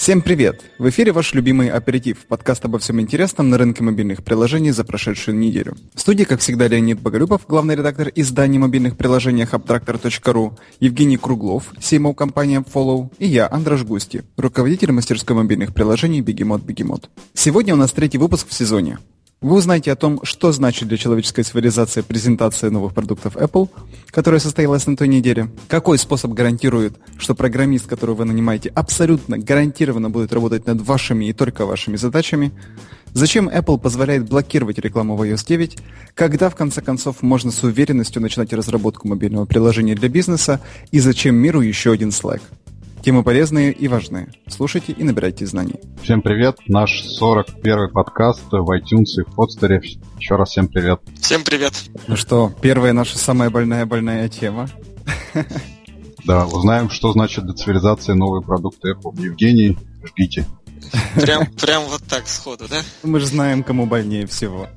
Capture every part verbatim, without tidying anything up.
Всем привет! В эфире ваш любимый аперитив, подкаст обо всем интересном на рынке мобильных приложений за прошедшую неделю. В студии, как всегда, Леонид Боголюбов, главный редактор изданий мобильных приложений абтрактор точка ру, Евгений Круглов, си эм о-компания Follow, и я, Андраш Густи, руководитель мастерской мобильных приложений Бегемот Бегемот. Сегодня у нас третий выпуск в сезоне. Вы узнаете о том, что значит для человеческой цивилизации презентация новых продуктов Apple, которая состоялась на той неделе, какой способ гарантирует, что программист, которого вы нанимаете, абсолютно гарантированно будет работать над вашими и только вашими задачами, зачем Apple позволяет блокировать рекламу в ай о эс девять, когда, в конце концов, можно с уверенностью начинать разработку мобильного приложения для бизнеса и зачем миру еще один Slack. Темы полезные и важные. Слушайте и набирайте знаний. Всем привет. Наш сорок первый подкаст в iTunes и в Podster. Еще раз всем привет. Всем привет. Ну что, первая наша самая больная-больная тема. Да, узнаем, что значит для цивилизации новые продукты Apple. Евгений, жгите. Прям, прям вот так сходу, да? Мы же знаем, кому больнее всего.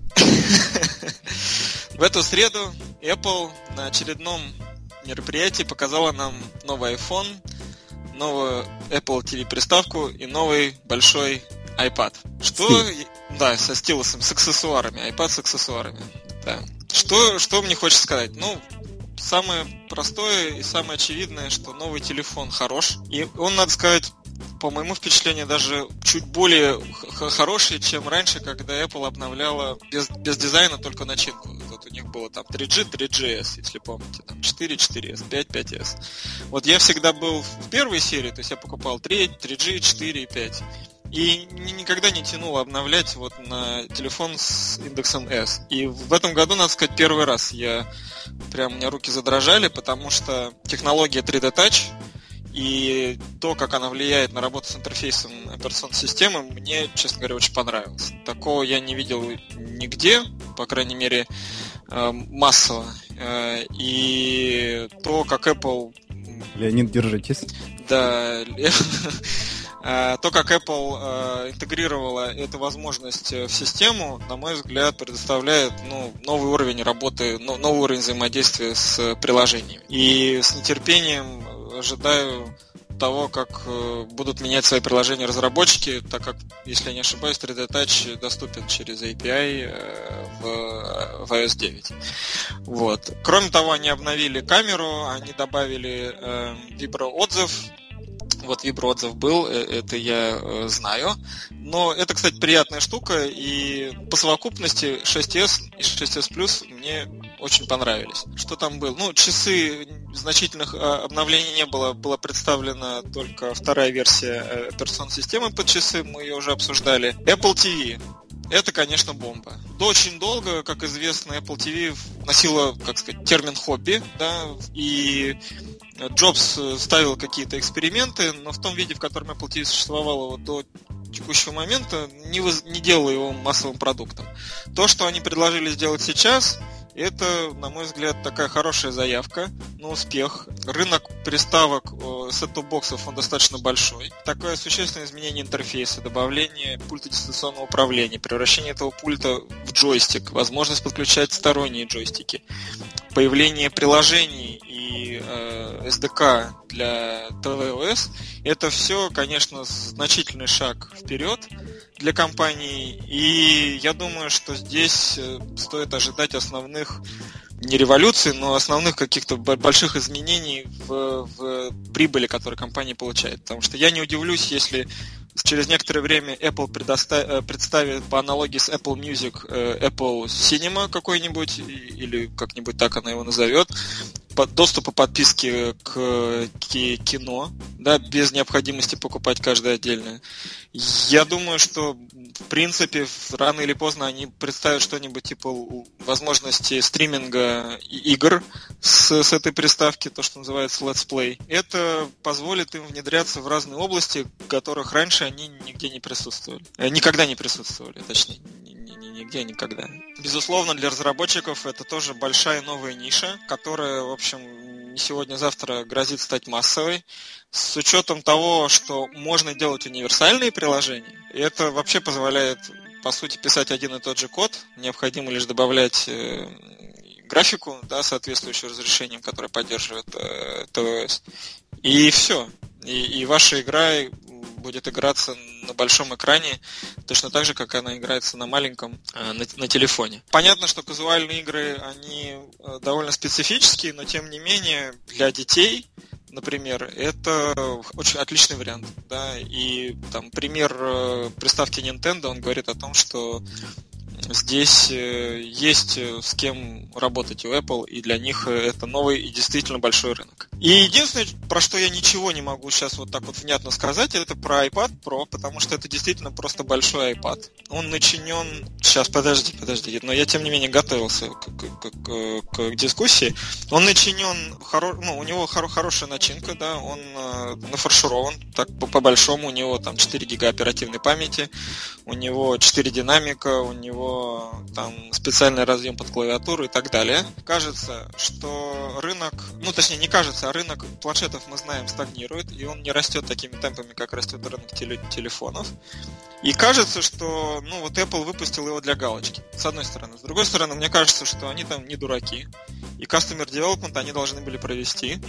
В эту среду Apple на очередном мероприятии показала нам новый iPhone, новую Apple ти ви-приставку и новый большой iPad. Что... Стил. Да, со стилусом, с аксессуарами. iPad с аксессуарами. Да. Что, что мне хочется сказать? Ну, самое простое и самое очевидное, что новый телефон хорош. И он, надо сказать, по моему впечатлению, даже чуть более х- хороший, чем раньше, когда Apple обновляла без, без дизайна только начинку. Вот у них было там три джи, три джи эс, если помните, там четыре, четыре эс, пять, пять эс. Вот я всегда был в первой серии, то есть я покупал три, три джи, четыре и пять. И никогда не тянул обновлять вот на телефон с индексом S. И в этом году, надо сказать, первый раз я прям, у меня руки задрожали, потому что технология три дэ Touch и то, как она влияет на работу с интерфейсом операционной системы, мне, честно говоря, очень понравилось. Такого я не видел нигде, по крайней мере, массово. И то, как Apple... Леонид, держитесь. Да, то, как Apple интегрировала эту возможность в систему, на мой взгляд, предоставляет ну, новый уровень работы, новый уровень взаимодействия с приложением. И с нетерпением ожидаю того, как будут менять свои приложения разработчики, так как, если я не ошибаюсь, три дэ Touch доступен через эй пи ай в, в ай о эс девять. Вот. Кроме того, они обновили камеру, они добавили э, виброотзыв. Вот виброотзыв был, это я э, знаю. Но это, кстати, приятная штука, и по совокупности шесть эс и шесть эс Plus мне очень понравились. Что там было? Ну, часы, значительных э, обновлений не было, была представлена только вторая версия э, операционной системы под часы, мы ее уже обсуждали. Apple ти ви. Это, конечно, бомба. Очень долго, как известно, Apple ти ви носила, как сказать, термин хобби, да, и Джобс ставил какие-то эксперименты, но в том виде, в котором Apple ти ви существовала вот до текущего момента, не, воз... не делало его массовым продуктом. То, что они предложили сделать сейчас, это, на мой взгляд, такая хорошая заявка на успех. Рынок приставок сет-топ-боксов, он достаточно большой. Такое существенное изменение интерфейса, добавление пульта дистанционного управления, превращение этого пульта в джойстик, возможность подключать сторонние джойстики, появление приложений и э, эс ди кей для tvOS. Это все, конечно, значительный шаг вперед для компании, и я думаю, что здесь стоит ожидать основных, не революций, но основных каких-то больших изменений в, в прибыли, которые компания получает. Потому что я не удивлюсь, если через некоторое время Apple предоставит, представит по аналогии с Apple Music Apple Cinema какой-нибудь, или как-нибудь так она его назовет, доступ по подписке к кино, да, без необходимости покупать каждое отдельное. Я думаю, что в принципе рано или поздно они представят что-нибудь типа возможности стриминга игр с, с этой приставки, то, что называется Let's Play. Это позволит им внедряться в разные области, в которых раньше они нигде не присутствовали. Никогда не присутствовали, точнее. Нигде, никогда. Безусловно, для разработчиков это тоже большая новая ниша, которая, в общем, не сегодня-завтра грозит стать массовой. С учетом того, что можно делать универсальные приложения, это вообще позволяет, по сути, писать один и тот же код. Необходимо лишь добавлять э, графику, да, соответствующую разрешениям, которое поддерживает э, tvOS. И все. И, и ваша игра будет играться на большом экране точно так же, как она играется на маленьком, на, на телефоне. Понятно, что казуальные игры, они довольно специфические, но тем не менее для детей, например, это очень отличный вариант, да, и там пример приставки Nintendo, он говорит о том, что здесь есть с кем работать у Apple, и для них это новый и действительно большой рынок. И единственное, про что я ничего не могу сейчас вот так вот внятно сказать, это про iPad Pro, потому что это действительно просто большой iPad. Он начинен... Сейчас, подожди, подожди, но я тем не менее готовился к, к, к, к дискуссии. Он начинен, хоро... ну, у него хоро... хорошая начинка, да, он э, нафарширован, так по-большому, у него там четыре гига оперативной памяти, у него четыре динамика, у него там специальный разъем под клавиатуру и так далее. Кажется, что рынок, ну точнее не кажется, а рынок планшетов, мы знаем, стагнирует, и он не растет такими темпами, как растет рынок теле- телефонов. И кажется, что ну вот Apple выпустил его для галочки, с одной стороны. С другой стороны, мне кажется, что они там не дураки, и Customer Development они должны были провести,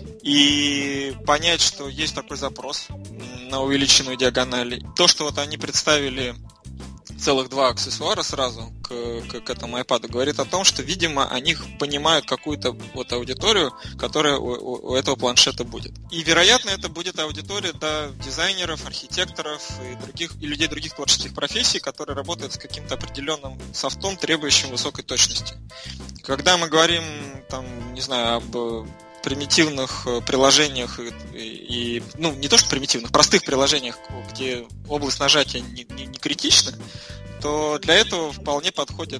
и понять, что есть такой запрос на увеличенную диагональ. То, что вот они представили целых два аксессуара сразу к, к, к этому iPad, говорит о том, что, видимо, они понимают какую-то вот аудиторию, которая у, у, у этого планшета будет. И, вероятно, это будет аудитория, да, дизайнеров, архитекторов и других, и людей других творческих профессий, которые работают с каким-то определенным софтом, требующим высокой точности. Когда мы говорим, там, не знаю, об примитивных приложениях и, и, ну, не то что примитивных, простых приложениях, где область нажатия не, не, не критична, то для этого вполне подходят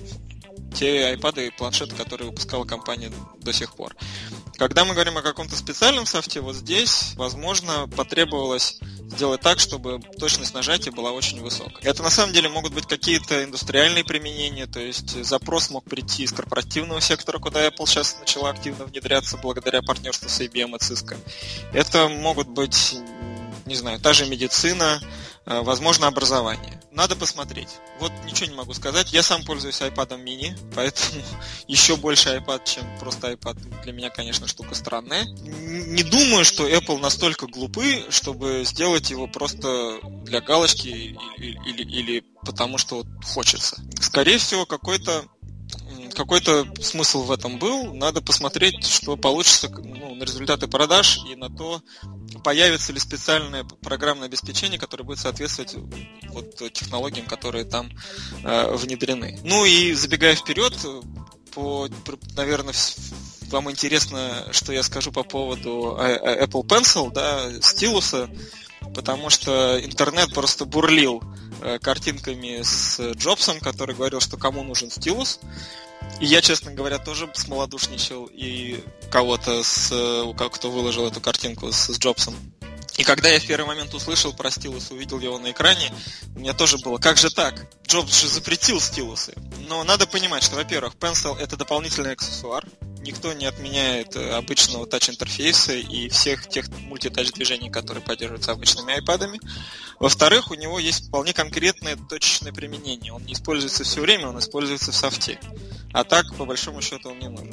те iPad и планшеты, которые выпускала компания до сих пор. Когда мы говорим о каком-то специальном софте, вот здесь, возможно, потребовалось сделать так, чтобы точность нажатия была очень высокой. Это на самом деле могут быть какие-то индустриальные применения, то есть запрос мог прийти из корпоративного сектора, куда Apple сейчас начала активно внедряться благодаря партнерству с ай би эм и Cisco. Это могут быть, не знаю, та же медицина, возможно, образование. Надо посмотреть. Вот ничего не могу сказать. Я сам пользуюсь iPad mini, поэтому еще больше iPad, чем просто iPad. Для меня, конечно, штука странная. Не думаю, что Apple настолько глупы, чтобы сделать его просто для галочки или, или, или потому, что вот хочется. Скорее всего, какой-то Какой-то смысл в этом был. Надо посмотреть, что получится, ну, на результаты продаж и на то, появится ли специальное программное обеспечение, которое будет соответствовать вот технологиям, которые там э, внедрены. Ну и забегая вперед, по, наверное, вам интересно, что я скажу по поводу Apple Pencil, да, стилуса, потому что интернет просто бурлил э, картинками с Джобсом, который говорил, что кому нужен стилус. И я, честно говоря, тоже смолодушничал и кого-то, с, кто выложил эту картинку с, с Джобсом. И когда я в первый момент услышал про стилус, увидел его на экране, у меня тоже было, как же так? Джобс же запретил стилусы. Но надо понимать, что, во-первых, Pencil — это дополнительный аксессуар. Никто не отменяет обычного тач-интерфейса и всех тех мультитач-движений, которые поддерживаются обычными айпадами. Во-вторых, у него есть вполне конкретное точечное применение. Он не используется все время, он используется в софте. А так, по большому счету, он не нужен.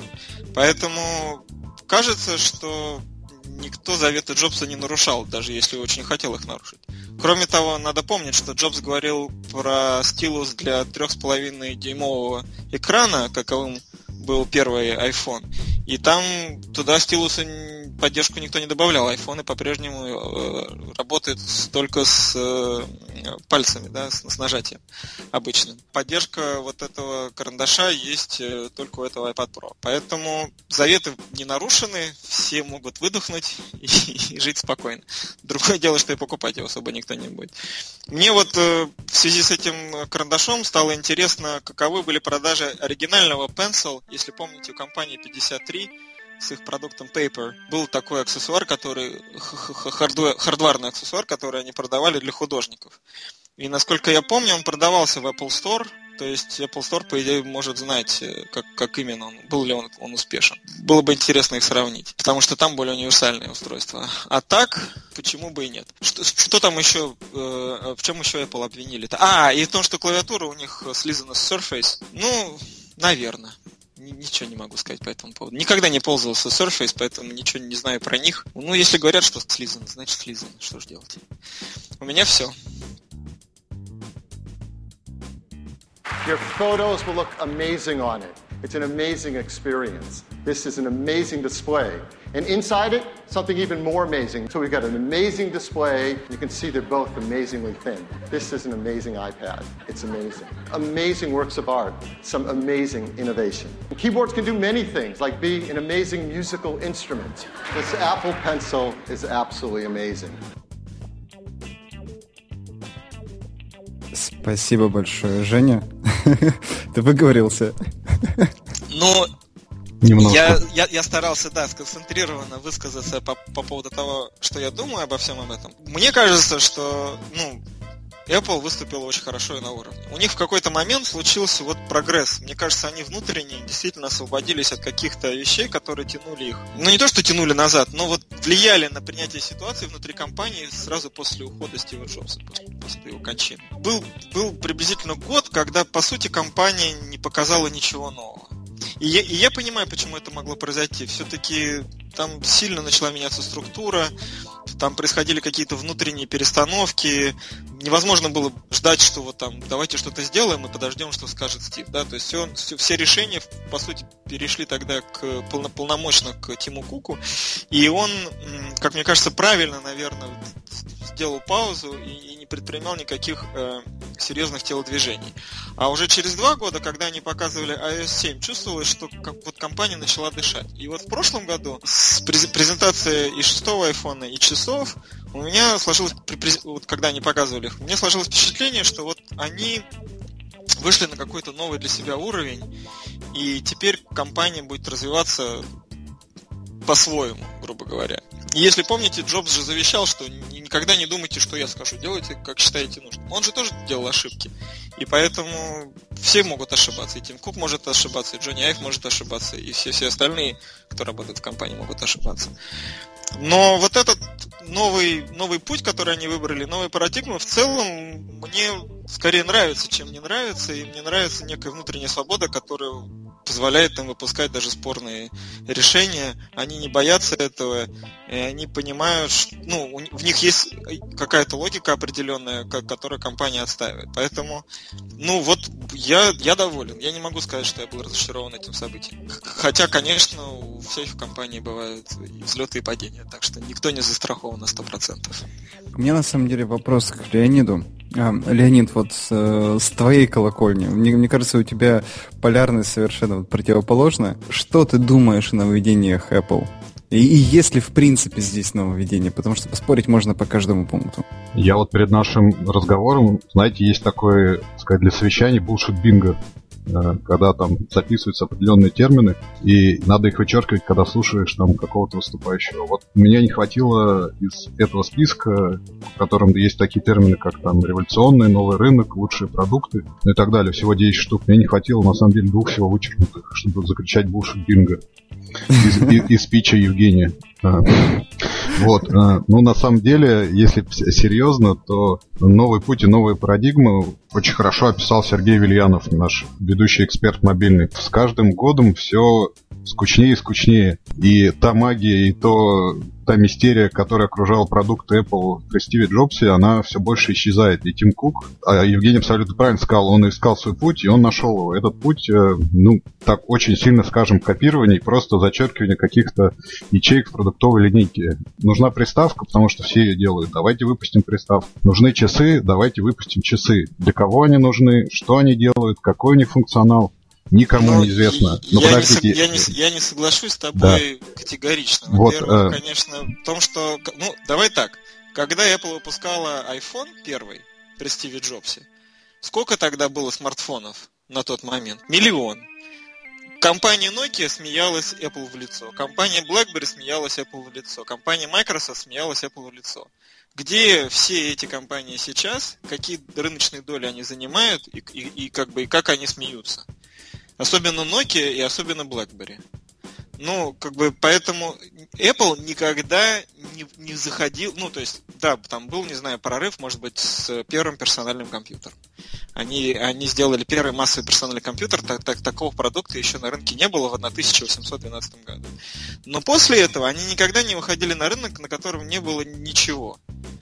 Поэтому кажется, что никто заветы Джобса не нарушал, даже если очень хотел их нарушить. Кроме того, надо помнить, что Джобс говорил про стилус для три с половиной дюймового экрана, каковым был первый iPhone. И там туда стилуса поддержку никто не добавлял. Айфоны по-прежнему э, работают только с э, пальцами, да, с, с нажатием обычным. Поддержка вот этого карандаша есть э, только у этого iPad Pro. Поэтому заветы не нарушены, все могут выдохнуть и, и жить спокойно. Другое дело, что и покупать его особо никто не будет. Мне вот э, в связи с этим карандашом стало интересно, каковы были продажи оригинального Pencil. Если помните, у компании пятьдесят три с их продуктом Paper был такой аксессуар, который хардварный аксессуар, который они продавали для художников. И насколько я помню, он продавался в Apple Store. То есть Apple Store, по идее, может знать, как, как именно он, был ли он, он успешен. Было бы интересно их сравнить, потому что там более универсальные устройства. А так, почему бы и нет? Что, что там еще, э, в чем еще Apple обвинили-то? А, и в том, что клавиатура у них слизана с Surface. Ну, наверное. ничего не могу сказать по этому поводу. Никогда не пользовался Surface, поэтому ничего не знаю про них. Ну, если говорят, что слизано, значит слизано. Что ж делать? У меня все. Your photos will look amazing on it. It's an amazing experience. This is an amazing display. And inside it, something even more amazing. So we've got an amazing display. You can see they're both amazingly thin. This is an amazing iPad. It's amazing. Amazing works of art. Some amazing innovation. And keyboards can do many things, like be an amazing musical instrument. This Apple Pencil is absolutely amazing. Спасибо большое, Женя. Ты выговорился. Ну, я, я, я старался, да, сконцентрированно высказаться по, по поводу того, что я думаю обо всем об этом. Мне кажется, что, ну, Apple выступила очень хорошо и на уровне. У них в какой-то момент случился вот прогресс. Мне кажется, они внутренне действительно освободились от каких-то вещей, которые тянули их. Ну, не то, что тянули назад, но вот влияли на принятие ситуации внутри компании сразу после ухода Стива Джобса, после, после его кончины. Был, был приблизительно год, когда, по сути, компания не показала ничего нового. И я, и я понимаю, почему это могло произойти. Все-таки там сильно начала меняться структура, там происходили какие-то внутренние перестановки. Невозможно было ждать, что вот там давайте что-то сделаем и подождем, что скажет Стив. Да? То есть все, все, все решения, по сути, перешли тогда к, полно, полномочно к Тиму Куку. И он, как мне кажется, правильно, наверное, сделал паузу и, и не предпринимал никаких э, серьезных телодвижений. А уже через два года, когда они показывали ай о эс семь, чувствовалось, что вот компания начала дышать. И вот в прошлом году с презентацией и шестого айфона, и часов у меня сложилось, вот когда они показывали их, у меня сложилось впечатление, что вот они вышли на какой-то новый для себя уровень, и теперь компания будет развиваться по-своему, грубо говоря. И если помните, Джобс же завещал, что никогда не думайте, что я скажу, делайте, как считаете нужным. Он же тоже делал ошибки. И поэтому все могут ошибаться. И Тим Кук может ошибаться, и Джонни Айв может ошибаться, и все, все остальные, кто работает в компании, могут ошибаться. Но вот этот новый, новый путь, который они выбрали, новая парадигма, в целом мне скорее нравится, чем не нравится. И мне нравится некая внутренняя свобода, которая позволяет им выпускать даже спорные решения. Они не боятся этого, и они понимают, что, ну, в них есть какая-то логика определенная, которую компания отстаивает. Поэтому, ну вот, я, я доволен. Я не могу сказать, что я был разочарован этим событием. Хотя, конечно, у всех компаний бывают взлеты и падения, так что никто не застрахован на сто процентов. У меня, на самом деле, вопрос к Леониду. А, Леонид, вот с, с твоей колокольни, мне, мне кажется, у тебя полярность совершенно противоположная. Что ты думаешь о нововведениях Apple? И, и есть ли, в принципе, здесь нововведение? Потому что поспорить можно по каждому пункту. Я вот перед нашим разговором, знаете, есть такое, так сказать, для совещаний bullshit bingo, когда там записываются определенные термины, и надо их вычеркивать, когда слушаешь там какого-то выступающего. Вот мне не хватило из этого списка, в котором есть такие термины, как там революционный, новый рынок, лучшие продукты, ну и так далее. Всего десять штук. Мне не хватило, на самом деле, двух всего вычеркнутых, чтобы закричать bullshit bingo из, из, из спича Евгения. Вот, ну на самом деле, если серьезно, то новый путь и новые парадигмы очень хорошо описал Сергей Вильянов, наш ведущий эксперт мобильный. С каждым годом все скучнее и скучнее. И та магия, и то, та мистерия, которая окружала продукты Apple при Стиве Джобсе, она все больше исчезает. И Тим Кук, а Евгений абсолютно правильно сказал, он искал свой путь, и он нашел его. Этот путь, ну, так очень сильно, скажем, копирование и просто зачеркивание каких-то ячеек в продуктовой линейке. Нужна приставка, потому что все ее делают. Давайте выпустим приставку. Нужны часы, давайте выпустим часы. Для кого они нужны, что они делают, какой у них функционал. Никому Но не известно. Но я, подождите. Не, я, не, я не соглашусь с тобой да. категорично. Во-первых, вот, э... конечно, в том, что... Ну, давай так. Когда Apple выпускала iPhone первый при Стиве Джобсе, сколько тогда было смартфонов на тот момент? Миллион. Компания Nokia смеялась Apple в лицо. Компания BlackBerry смеялась Apple в лицо. Компания Microsoft смеялась Apple в лицо. Где все эти компании сейчас, какие рыночные доли они занимают и, и, и, как бы, и как они смеются? Особенно Nokia и особенно BlackBerry. Ну, как бы, поэтому Apple никогда не, не заходил, ну, то есть, да, там был, не знаю, прорыв, может быть, с первым персональным компьютером. Они, они сделали первый массовый персональный компьютер, так, так, такого продукта еще на рынке не было в тысяча восемьсот двенадцатом году. Но после этого они никогда не выходили на рынок, на котором не было ничего.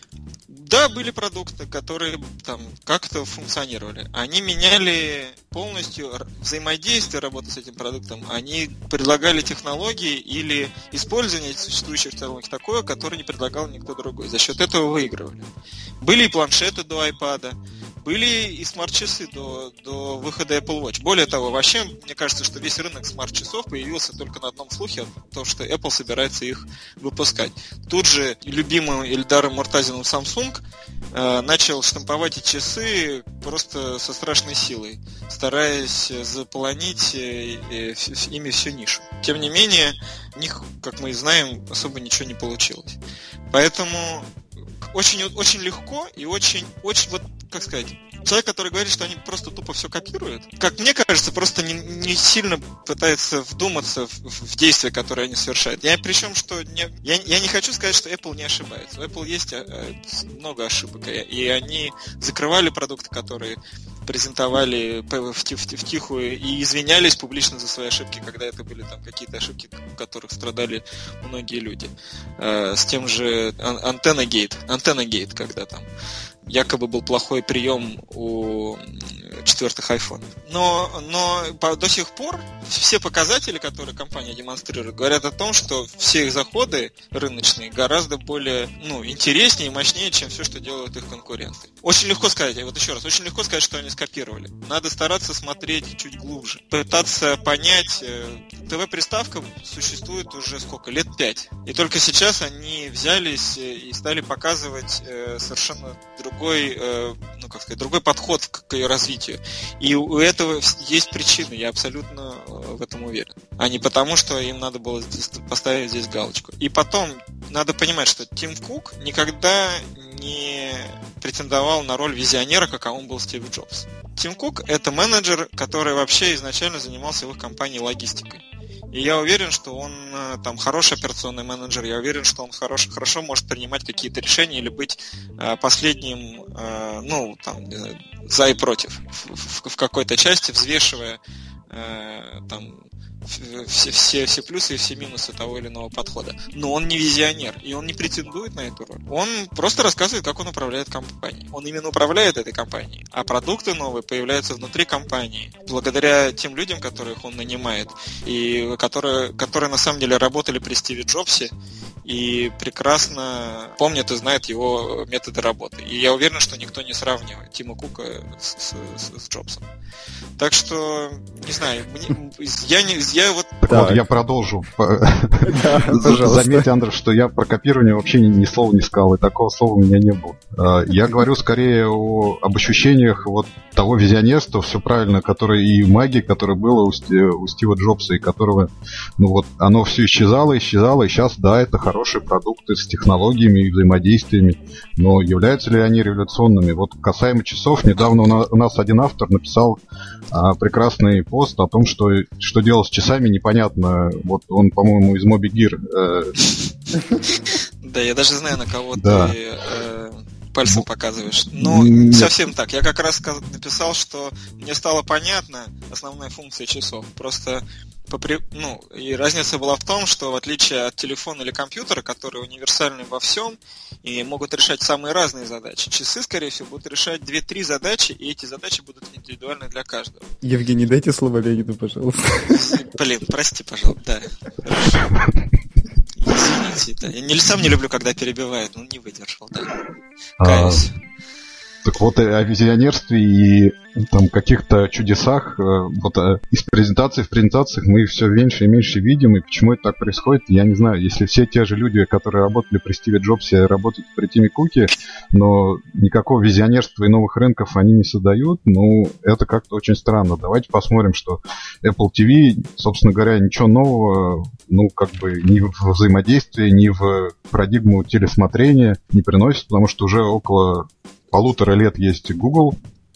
Да, были продукты, которые там как-то функционировали. Они меняли полностью взаимодействие работы с этим продуктом. Они предлагали технологии или использование существующих технологий такое, которое не предлагал никто другой. За счет этого выигрывали. Были и планшеты до iPad, были и смарт-часы до, до выхода Apple Watch. Более того, вообще, мне кажется, что весь рынок смарт-часов появился только на одном слухе, о том, что Apple собирается их выпускать. Тут же любимым Ильдаром Муртазиным Samsung э, начал штамповать эти часы просто со страшной силой, стараясь заполонить э, э, ими всю нишу. Тем не менее, у них, как мы и знаем, особо ничего не получилось. Поэтому очень, очень легко и очень, очень, вот, как сказать, человек, который говорит, что они просто тупо все копируют, как мне кажется, просто не, не сильно пытается вдуматься в, в действия, которые они совершают. Я причем, что не, я, я не хочу сказать, что Apple не ошибается. У Apple есть а, много ошибок, и они закрывали продукты, которые презентовали в, в, в тихую и извинялись публично за свои ошибки, когда это были там какие-то ошибки, в которых страдали многие люди. Э, с тем же Antenna Gate, Antenna Gate, когда там якобы был плохой прием у четвертых айфонов. Но, но по, до сих пор все показатели, которые компания демонстрирует, говорят о том, что все их заходы рыночные гораздо более ну, интереснее и мощнее, чем все, что делают их конкуренты. Очень легко сказать, вот еще раз, очень легко сказать, что они скопировали. Надо стараться смотреть чуть глубже, пытаться понять. ТВ-приставка существует уже сколько? Лет пять. И только сейчас они взялись и стали показывать совершенно другой, ну как сказать, другой подход к ее развитию. И у этого есть причины, я абсолютно в этом уверен. А не потому, что им надо было поставить здесь галочку. И потом, надо понимать, что Тим Кук никогда не претендовал на роль визионера, каковым был Стив Джобс. Тим Кук — это менеджер, который вообще изначально занимался в их компании логистикой. И я уверен, что он там хороший операционный менеджер, я уверен, что он хорош, хорошо может принимать какие-то решения или быть э, последним, э, ну, там, не знаю, за и против в, в, в какой-то части, взвешивая э, там все, все, все плюсы и все минусы того или иного подхода. Но он не визионер, и он не претендует на эту роль. Он просто рассказывает, как он управляет компанией. Он именно управляет этой компанией. А продукты новые появляются внутри компании, благодаря тем людям, которых он нанимает, и которые, которые на самом деле работали при Стиве Джобсе, и прекрасно помнят и знают его методы работы. И я уверен, что никто не сравнивает Тима Кука с, с, с Джобсом. Так что, не знаю, мне, я не... Я вот... Вот я продолжу. Заметьте, Андрей, что я про копирование вообще ни слова не сказал, и такого слова у меня не было. Я говорю скорее о, об ощущениях вот того визионерства, все правильно, которое и магии, которое было у, у Стива Джобса, и которого, ну вот, оно все исчезало, исчезало, и сейчас, да, это хорошие продукты с технологиями и взаимодействиями, но являются ли они революционными? Вот касаемо часов, недавно у нас один автор написал а, прекрасный пост о том, что, что делать с часами, непонятно. Вот он, по-моему, из Moby Gear. Да, я даже знаю, на кого ты пальцем показываешь. Но не совсем так. Я как раз написал, что мне стало понятна основная функция часов. Просто ну, и разница была в том, что в отличие от телефона или компьютера, которые универсальны во всем и могут решать самые разные задачи, часы, скорее всего, будут решать две-три задачи, и эти задачи будут индивидуальны для каждого. Евгений, дайте слово Леониду, пожалуйста. Блин, прости, пожалуйста, да. Извините, да. Я сам не люблю, когда перебивают, но не выдержал, да. Каюсь. Так вот, о визионерстве и там каких-то чудесах, вот из презентации в презентациях мы все меньше и меньше видим, и почему это так происходит, я не знаю. Если все те же люди, которые работали при Стиве Джобсе, работают при Тиме Куке, но никакого визионерства и новых рынков они не создают, ну, это как-то очень странно. Давайте посмотрим, что Apple ти ви, собственно говоря, ничего нового, ну, как бы ни в взаимодействии, ни в парадигму телесмотрения не приносит, потому что уже около полутора лет есть Google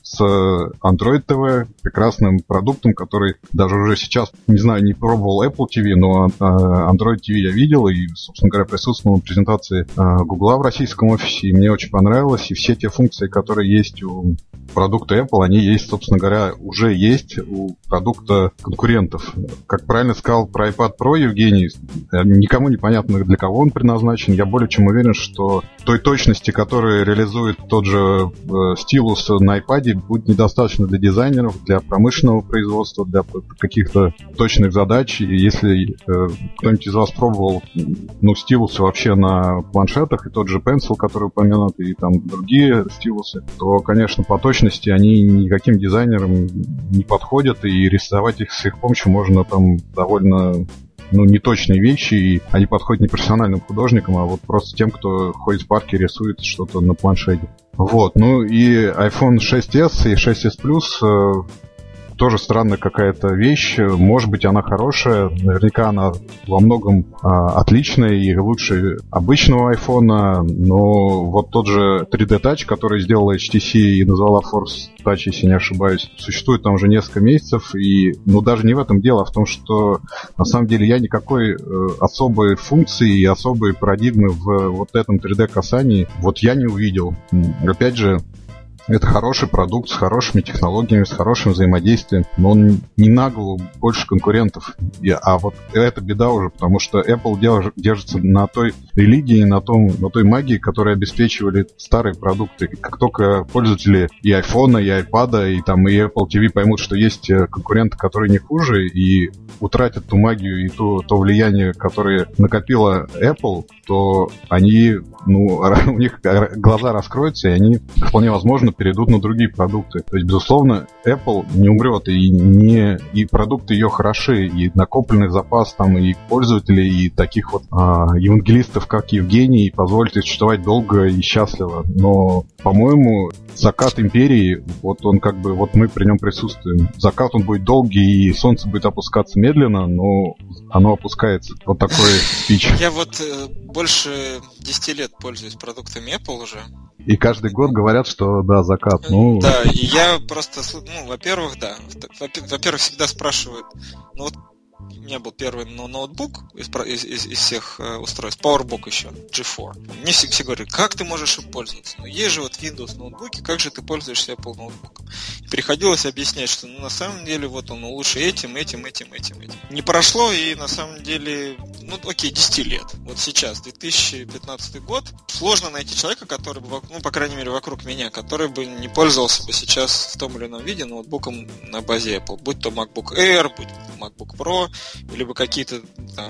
с Android ти ви, прекрасным продуктом, который даже уже сейчас, не знаю, не пробовал Apple ти ви, но Android ти ви я видел и, собственно говоря, присутствовал на презентации Google в российском офисе, и мне очень понравилось, и все те функции, которые есть у продукта Apple, они есть, собственно говоря, уже есть у продукта конкурентов. Как правильно сказал про iPad Pro Евгений, никому не понятно, для кого он предназначен. Я более чем уверен, что той точности, которую реализует тот же стилус на iPad, будет недостаточно для дизайнеров, для промышленного производства, для каких-то точных задач. И если э, кто-нибудь из вас пробовал ну, стилусы вообще на планшетах, и тот же Pencil, который упомянут, и там другие стилусы, то, конечно, по точности они никаким дизайнерам не подходят, и рисовать их с их помощью можно там довольно ну, неточные вещи, и они подходят не профессиональным художникам, а вот просто тем, кто ходит в парке и рисует что-то на планшете. Вот, ну и iPhone шесть эс и шесть эс Plus э, тоже странная какая-то вещь. Может быть, она хорошая, наверняка она во многом э, отличная и лучше обычного iPhone, но вот тот же три дэ Touch, который сделала эйч ти си и назвала Force Touch, если не ошибаюсь, существует там уже несколько месяцев, и ну даже не в этом дело, а в том, что на самом деле я никакой э, особой функции и особой парадигмы в вот этом три дэ касании вот я не увидел. Опять же, это хороший продукт с хорошими технологиями, с хорошим взаимодействием, но он не на голову больше конкурентов. И, а вот это беда уже, потому что Apple держ, держится на той религии, на, том, на той магии, которые обеспечивали старые продукты. Как только пользователи и iPhone, и iPad, и, там, и Apple ти ви поймут, что есть конкуренты, которые не хуже, и утратят ту магию и ту, то влияние, которое накопила Apple, то они, ну, у них глаза раскроются, и они вполне возможно перейдут на другие продукты. То есть, безусловно, Apple не умрет, и, не, и продукты ее хороши, и накопленный запас там и пользователей, и таких вот а, евангелистов, как Евгений, позволит существовать долго и счастливо. Но, по-моему, закат империи, вот он как бы, вот мы при нем присутствуем. Закат он будет долгий, и солнце будет опускаться медленно, но оно опускается. Вот такой спич. Я вот э, больше десяти лет пользуюсь продуктами Apple уже. И каждый год говорят, что да, закат. Ну... Да, и я просто, ну, во-первых, да. Во-первых, всегда спрашивают, ну вот у меня был первый ноутбук из, из, из, из всех э, устройств, PowerBook еще, джи фор. Мне все, все говорят, как ты можешь им пользоваться? Ну, есть же вот Windows ноутбуки, как же ты пользуешься Apple ноутбуком? И приходилось объяснять, что ну, на самом деле вот он лучше этим, этим, этим, этим, этим. Не прошло, и на самом деле, ну окей, десять лет. Вот сейчас, две тысячи пятнадцатый год, сложно найти человека, который бы, ну, по крайней мере, вокруг меня, который бы не пользовался бы сейчас в том или ином виде ноутбуком на базе Apple. Будь то MacBook Air, будь то MacBook Pro, либо какие-то там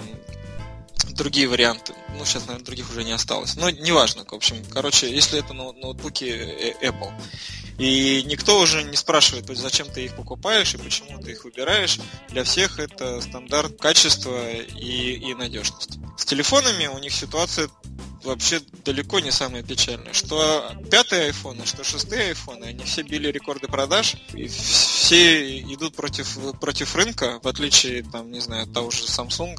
другие варианты. Ну, сейчас, наверное, других уже не осталось. Но неважно, в общем. Короче, если это ноутбуки Apple. И никто уже не спрашивает, зачем ты их покупаешь и почему ты их выбираешь. Для всех это стандарт качества и, и надежности. С телефонами у них ситуация вообще далеко не самая печальная. Что пятые айфоны, что шестые айфоны, они все били рекорды продаж, и все идут против, против рынка, в отличие, там, не знаю, от того же Samsung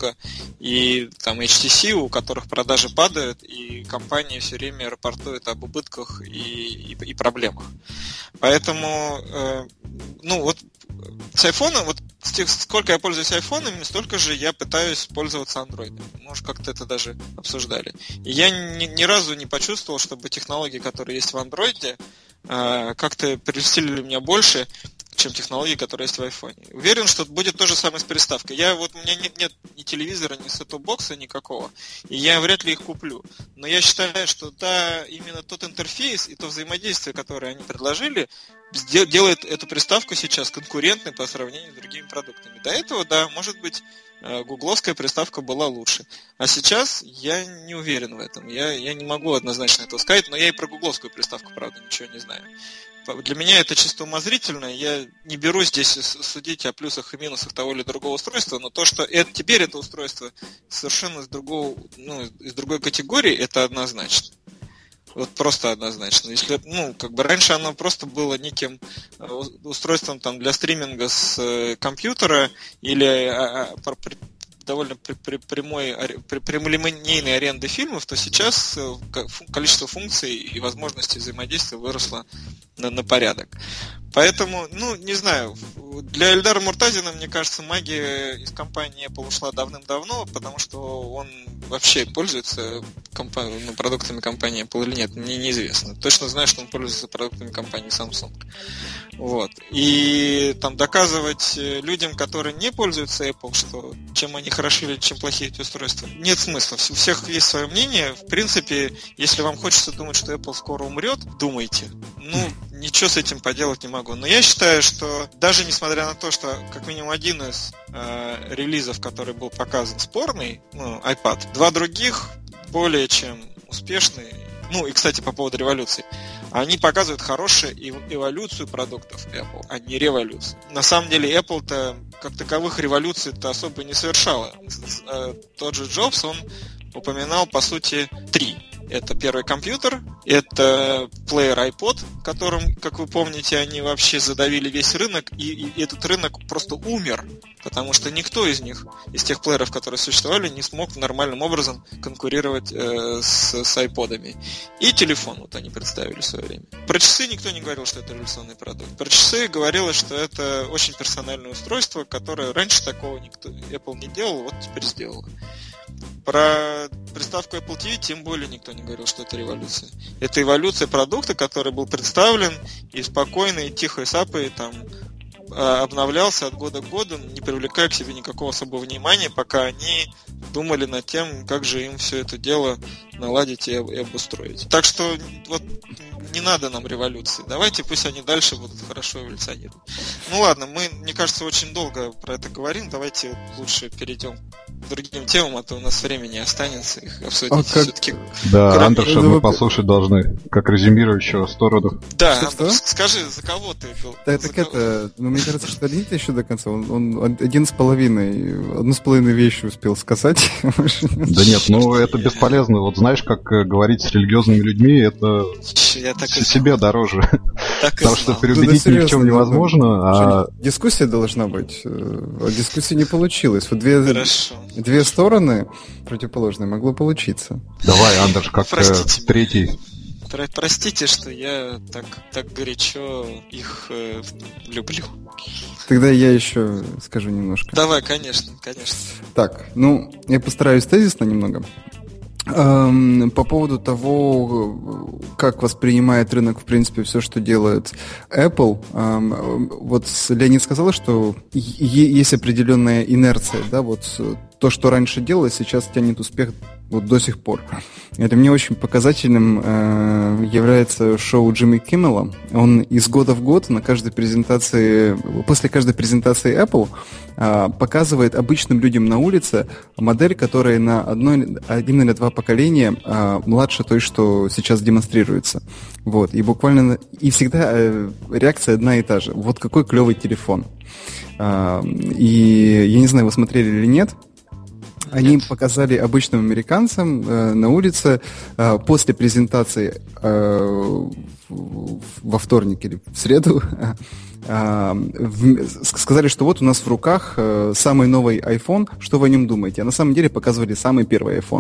и там эйч ти си, у которых продажи падают, и компании все время рапортуют об убытках и, и, и проблемах. Поэтому, э, ну вот с айфоном, вот с тех, сколько я пользуюсь айфонами, столько же я пытаюсь пользоваться андроидом. Мы уже как-то это даже обсуждали. И я ни, ни разу не почувствовал, чтобы технологии, которые есть в андроиде, э, как-то пересилили меня больше, чем технологии, которые есть в айфоне. Уверен, что будет то же самое с приставкой. Я вот, у меня нет, нет ни телевизора, ни сет-топ-бокса никакого, и я вряд ли их куплю. Но я считаю, что да, именно тот интерфейс и то взаимодействие, которое они предложили, делает эту приставку сейчас конкурентной по сравнению с другими продуктами. До этого, да, может быть, гугловская приставка была лучше. А сейчас я не уверен в этом. Я, я не могу однозначно это сказать, но я и про гугловскую приставку, правда, ничего не знаю. Для меня это чисто умозрительно. Я не берусь здесь судить о плюсах и минусах того или другого устройства, но то, что это, теперь это устройство совершенно из, другого, ну, из другой категории, это однозначно. Вот просто однозначно. Если, ну, как бы раньше оно просто было неким устройством там, для стриминга с компьютера или довольно при, при, прямой, при, прямолинейной аренды фильмов, то сейчас количество функций и возможностей взаимодействия выросло на, на порядок. Поэтому, ну, не знаю, для Эльдара Муртазина, мне кажется, магия из компании Apple ушла давным-давно, потому что он вообще пользуется компа- ну, продуктами компании Apple или нет, мне неизвестно. Точно знаю, что он пользуется продуктами компании Samsung. Вот. И там доказывать людям, которые не пользуются Apple, что чем они хороши или чем плохие эти устройства, нет смысла. У всех есть свое мнение. В принципе, если вам хочется думать, что Apple скоро умрет, думайте. Ну, ничего с этим поделать не могу. Но я считаю, что даже несмотря на то, что как минимум один из э, релизов, который был показан, спорный, ну, iPad, два других более чем успешные. Ну и, кстати, по поводу революции. Они показывают хорошую эволюцию продуктов Apple, а не революцию. На самом деле Apple-то как таковых революций-то особо не совершала. Тот же Джобс, он упоминал, по сути, три. Это первый компьютер, это плеер iPod, которым, как вы помните, они вообще задавили весь рынок, и, и этот рынок просто умер, потому что никто из них, из тех плееров, которые существовали, не смог нормальным образом конкурировать э, с, с iPod'ами. И телефон вот они представили в свое время. Про часы никто не говорил, что это революционный продукт. Про часы говорилось, что это очень персональное устройство, которое раньше такого никто, Apple не делал, вот теперь сделала. Про приставку Apple ти ви тем более никто не говорил, что это революция. Это эволюция продукта, который был представлен и спокойно, и тихо, и сапой там обновлялся от года к году, не привлекая к себе никакого особого внимания, пока они думали над тем, как же им все это дело наладить и обустроить. Так что вот не надо нам революции. Давайте пусть они дальше будут хорошо эволюционировать. Ну ладно, мы, мне кажется, очень долго про это говорим. Давайте лучше перейдем к другим темам, а то у нас времени не останется их обсудить. А как... все-таки. Да, Кроме... Андерша мы послушать должны, как резюмирующего сторону. Да, что, Андерш, что? скажи, за кого ты был? Да, так кого... это, ну, мне кажется, что Леонид еще до конца, он, он один с половиной, одну с половиной вещи успел сказать. Да нет, ну это бесполезно. Вот знаешь, как говорить с религиозными людьми, это себе дороже. Потому что переубедить ни в чем невозможно. А... Дискуссия должна быть. А дискуссии не получилось. Вот две, две стороны противоположные могло получиться. Давай, Андерш, как третий. Простите, что я так, так горячо их э, люблю. Тогда я еще скажу немножко. Давай, конечно, конечно. Так, ну, я постараюсь тезисно немного. Эм, по поводу того, как воспринимает рынок, в принципе, все, что делает Apple. Эм, вот Леонид сказал, что е- есть определенная инерция, да, вот то, что раньше делалось, сейчас тянет успех вот до сих пор. Это мне очень показательным э, является шоу Джимми Киммела. Он из года в год на каждой презентации, после каждой презентации Apple э, показывает обычным людям на улице модель, которая на одно, один или два поколения э, младше той, что сейчас демонстрируется. Вот. И буквально и всегда э, реакция одна и та же. Вот какой клевый телефон. Э, и я не знаю, вы смотрели или нет. Они Нет. показали обычным американцам э, на улице э, после презентации э, во вторник или в среду э, в, сказали, что вот у нас в руках э, самый новый iPhone, что вы о нем думаете? А на самом деле показывали самый первый iPhone.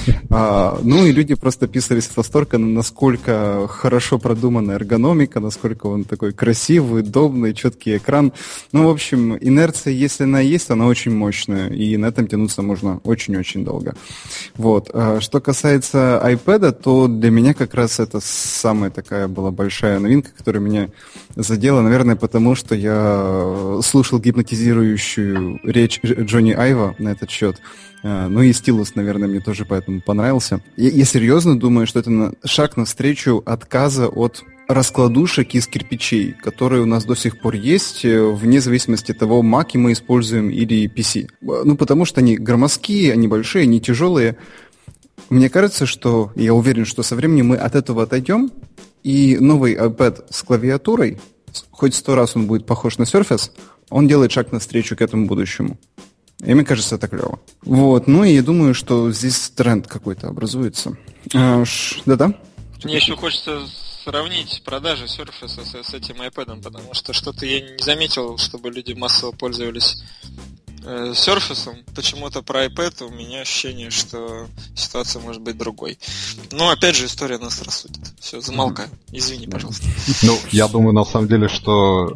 А, ну и люди просто писались от восторга, насколько хорошо продумана эргономика, насколько он такой красивый, удобный, четкий экран. Ну, в общем, инерция, если она есть, она очень мощная, и на этом тянуться можно очень-очень долго. Вот. А что касается iPad, то для меня как раз это самая такая была большая новинка, которая меня задела, наверное, потому что я слушал гипнотизирующую речь Джонни Айва на этот счет. Ну и стилус, наверное, мне тоже поэтому понравился. Я, я серьезно думаю, что это на, шаг навстречу отказа от раскладушек из кирпичей, которые у нас до сих пор есть, вне зависимости от того, Mac мы используем или пи си. Ну, потому что они громоздкие, они большие, они тяжелые. Мне кажется, что, я уверен, что со временем мы от этого отойдем, и новый iPad с клавиатурой, хоть сто раз он будет похож на Surface, он делает шаг навстречу к этому будущему. И мне кажется, это клево. Вот, ну и я думаю, что здесь тренд какой-то образуется. А, ш... Да-да? Мне еще хочется сравнить продажи Surface с, с этим iPad, потому что что-то я не заметил, чтобы люди массово пользовались э, Surface, почему-то про iPad у меня ощущение, что ситуация может быть другой. Но опять же история нас рассудит. Все, замолкаю. Извини, пожалуйста. Ну, я думаю, на самом деле, что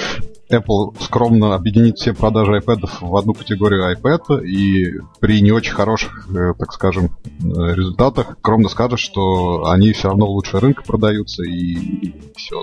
Apple скромно объединит все продажи iPad в одну категорию iPad, и при не очень хороших, так скажем, результатах скромно скажет, что они все равно лучше рынка продаются, и все.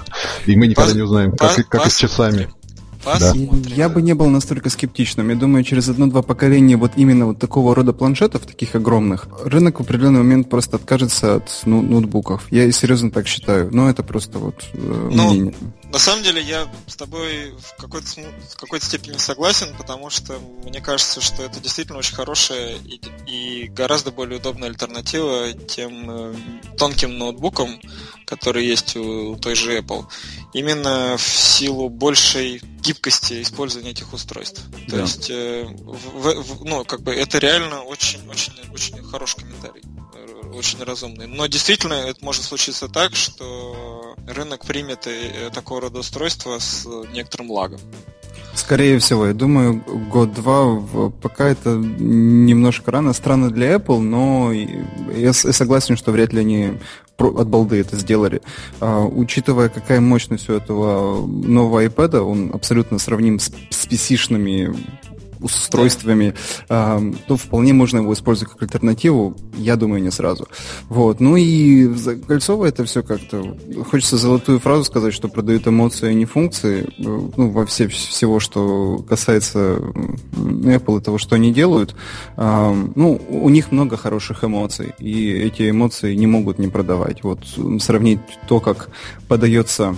И мы никогда Пос... не узнаем, как, Пос... как и с часами. Посмотрим. Я бы не был настолько скептичным. Я думаю, через одно-два поколения вот именно вот такого рода планшетов, таких огромных, рынок в определенный момент просто откажется от ну, ноутбуков. Я серьезно так считаю. Но это просто вот э, ну, мнение. На самом деле я с тобой в какой-то, в какой-то степени согласен, потому что мне кажется, что это действительно очень хорошая и, и гораздо более удобная альтернатива тем э, тонким ноутбукам, которые есть у, у той же Apple. Именно в силу большей гибкости использования этих устройств. То да. есть, э, в, в, ну, как бы это реально очень-очень-очень хороший комментарий, очень разумный. Но действительно, это может случиться так, что рынок примет и такого рода устройства с некоторым лагом. Скорее всего, я думаю, год-два, пока это немножко рано, странно для Apple, но я согласен, что вряд ли они от балды это сделали. А, учитывая, какая мощность у этого нового iPad, он абсолютно сравним с, с пи си-шными устройствами, да. э, то вполне можно его использовать как альтернативу, я думаю, не сразу. Вот. Ну и закольцовывая это все как-то, хочется золотую фразу сказать, что продают эмоции, а не функции, ну, во все, всего, что касается Apple и того, что они делают. Э, ну, у них много хороших эмоций, и эти эмоции не могут не продавать. Вот сравнить то, как подается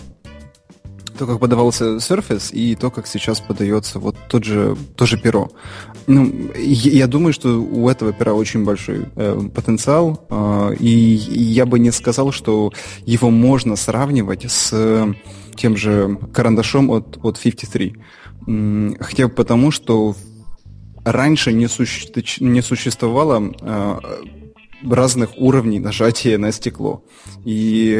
то, как подавался Surface, и то, как сейчас подается вот тот же, то же перо. Ну, я думаю, что у этого пера очень большой э, потенциал, э, и я бы не сказал, что его можно сравнивать с э, тем же карандашом от, от пятьдесят три. Хотя бы потому, что раньше не, суще, не существовало э, разных уровней нажатия на стекло. И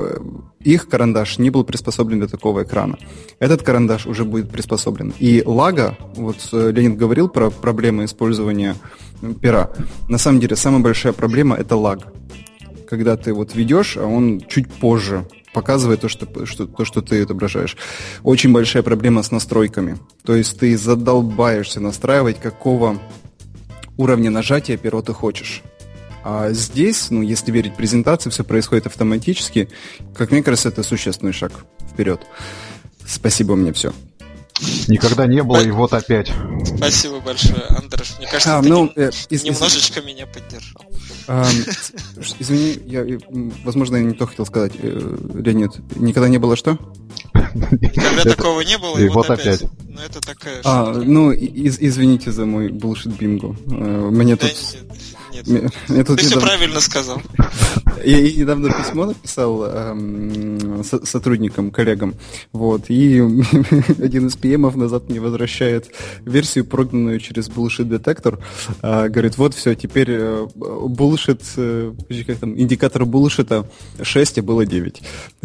их карандаш не был приспособлен для такого экрана. Этот карандаш уже будет приспособлен. И лага, вот Леонид говорил про проблемы использования пера. На самом деле, самая большая проблема – это лаг. Когда ты вот ведешь, а он чуть позже показывает то что, что, то, что ты отображаешь. Очень большая проблема с настройками. То есть ты задолбаешься настраивать, какого уровня нажатия перо ты хочешь. А здесь, ну, если верить презентации, все происходит автоматически. Как мне кажется, это существенный шаг вперед. Спасибо, мне все. Никогда не было, и вот опять. Спасибо большое, Андреш. Мне кажется, а, ты ну, э, из, немножечко из... меня поддержал. А, извини, я, возможно, я не то хотел сказать. Леонид, никогда не было что? Никогда такого не было, и вот опять. Ну, это такая а, ну, из, извините за мой bullshit bingo. Мне тут... Нет, Мне, мне тут ты недавно... все правильно сказал. Я недавно письмо написал эм, со- сотрудникам, коллегам, вот, и один из пи эмов назад мне возвращает версию, прогнанную через bullshit-детектор, э, говорит, вот все, теперь э, bullshit, э, как там, индикатор bullshit шесть, а было девять.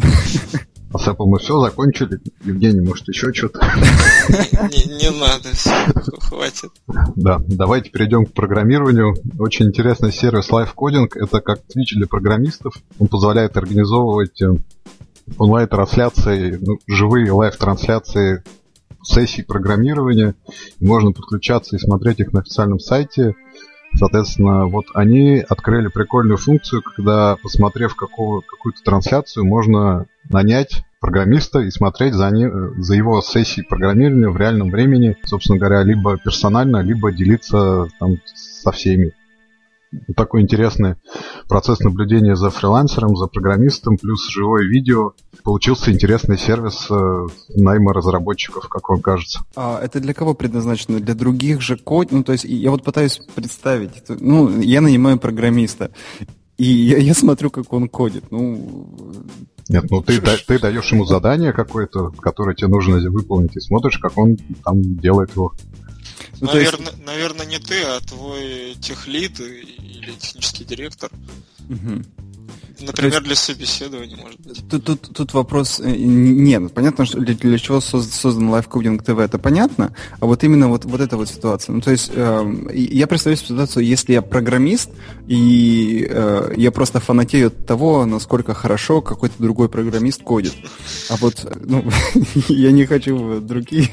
А с Apple мы все закончили. Евгений, может, еще что-то? Не, не надо, все, хватит. Да, давайте перейдем к программированию. Очень интересный сервис LiveCoding. Это как Twitch для программистов. Он позволяет организовывать онлайн-трансляции, ну, живые лайв-трансляции сессий программирования. Можно подключаться и смотреть их на официальном сайте. Соответственно, вот они открыли прикольную функцию, когда, посмотрев какого, какую-то трансляцию, можно нанять программиста и смотреть за, не, за его сессией программирования в реальном времени, собственно говоря, либо персонально, либо делиться там со всеми. Вот такой интересный процесс наблюдения за фрилансером, за программистом, плюс живое видео. Получился интересный сервис э, найма разработчиков, как вам кажется. А это для кого предназначено? Для других же код? Ну, то есть я вот пытаюсь представить. Ну, я нанимаю программиста, и я, я смотрю, как он кодит. Ну... Нет, ну ты, да, ты даешь ему задание какое-то, которое тебе нужно выполнить, и смотришь, как он там делает его. Ну, наверное, есть... наверное, не ты, а твой техлид или технический директор. Угу. Например, есть, для собеседования, может быть. Тут, тут, тут вопрос... Нет, понятно, что для, для чего создан LiveCoding ти ви, это понятно, а вот именно вот, вот эта вот ситуация. Ну, то есть э, я представляю ситуацию, если я программист, и э, я просто фанатею от того, насколько хорошо какой-то другой программист кодит. А вот, ну, я не хочу другие...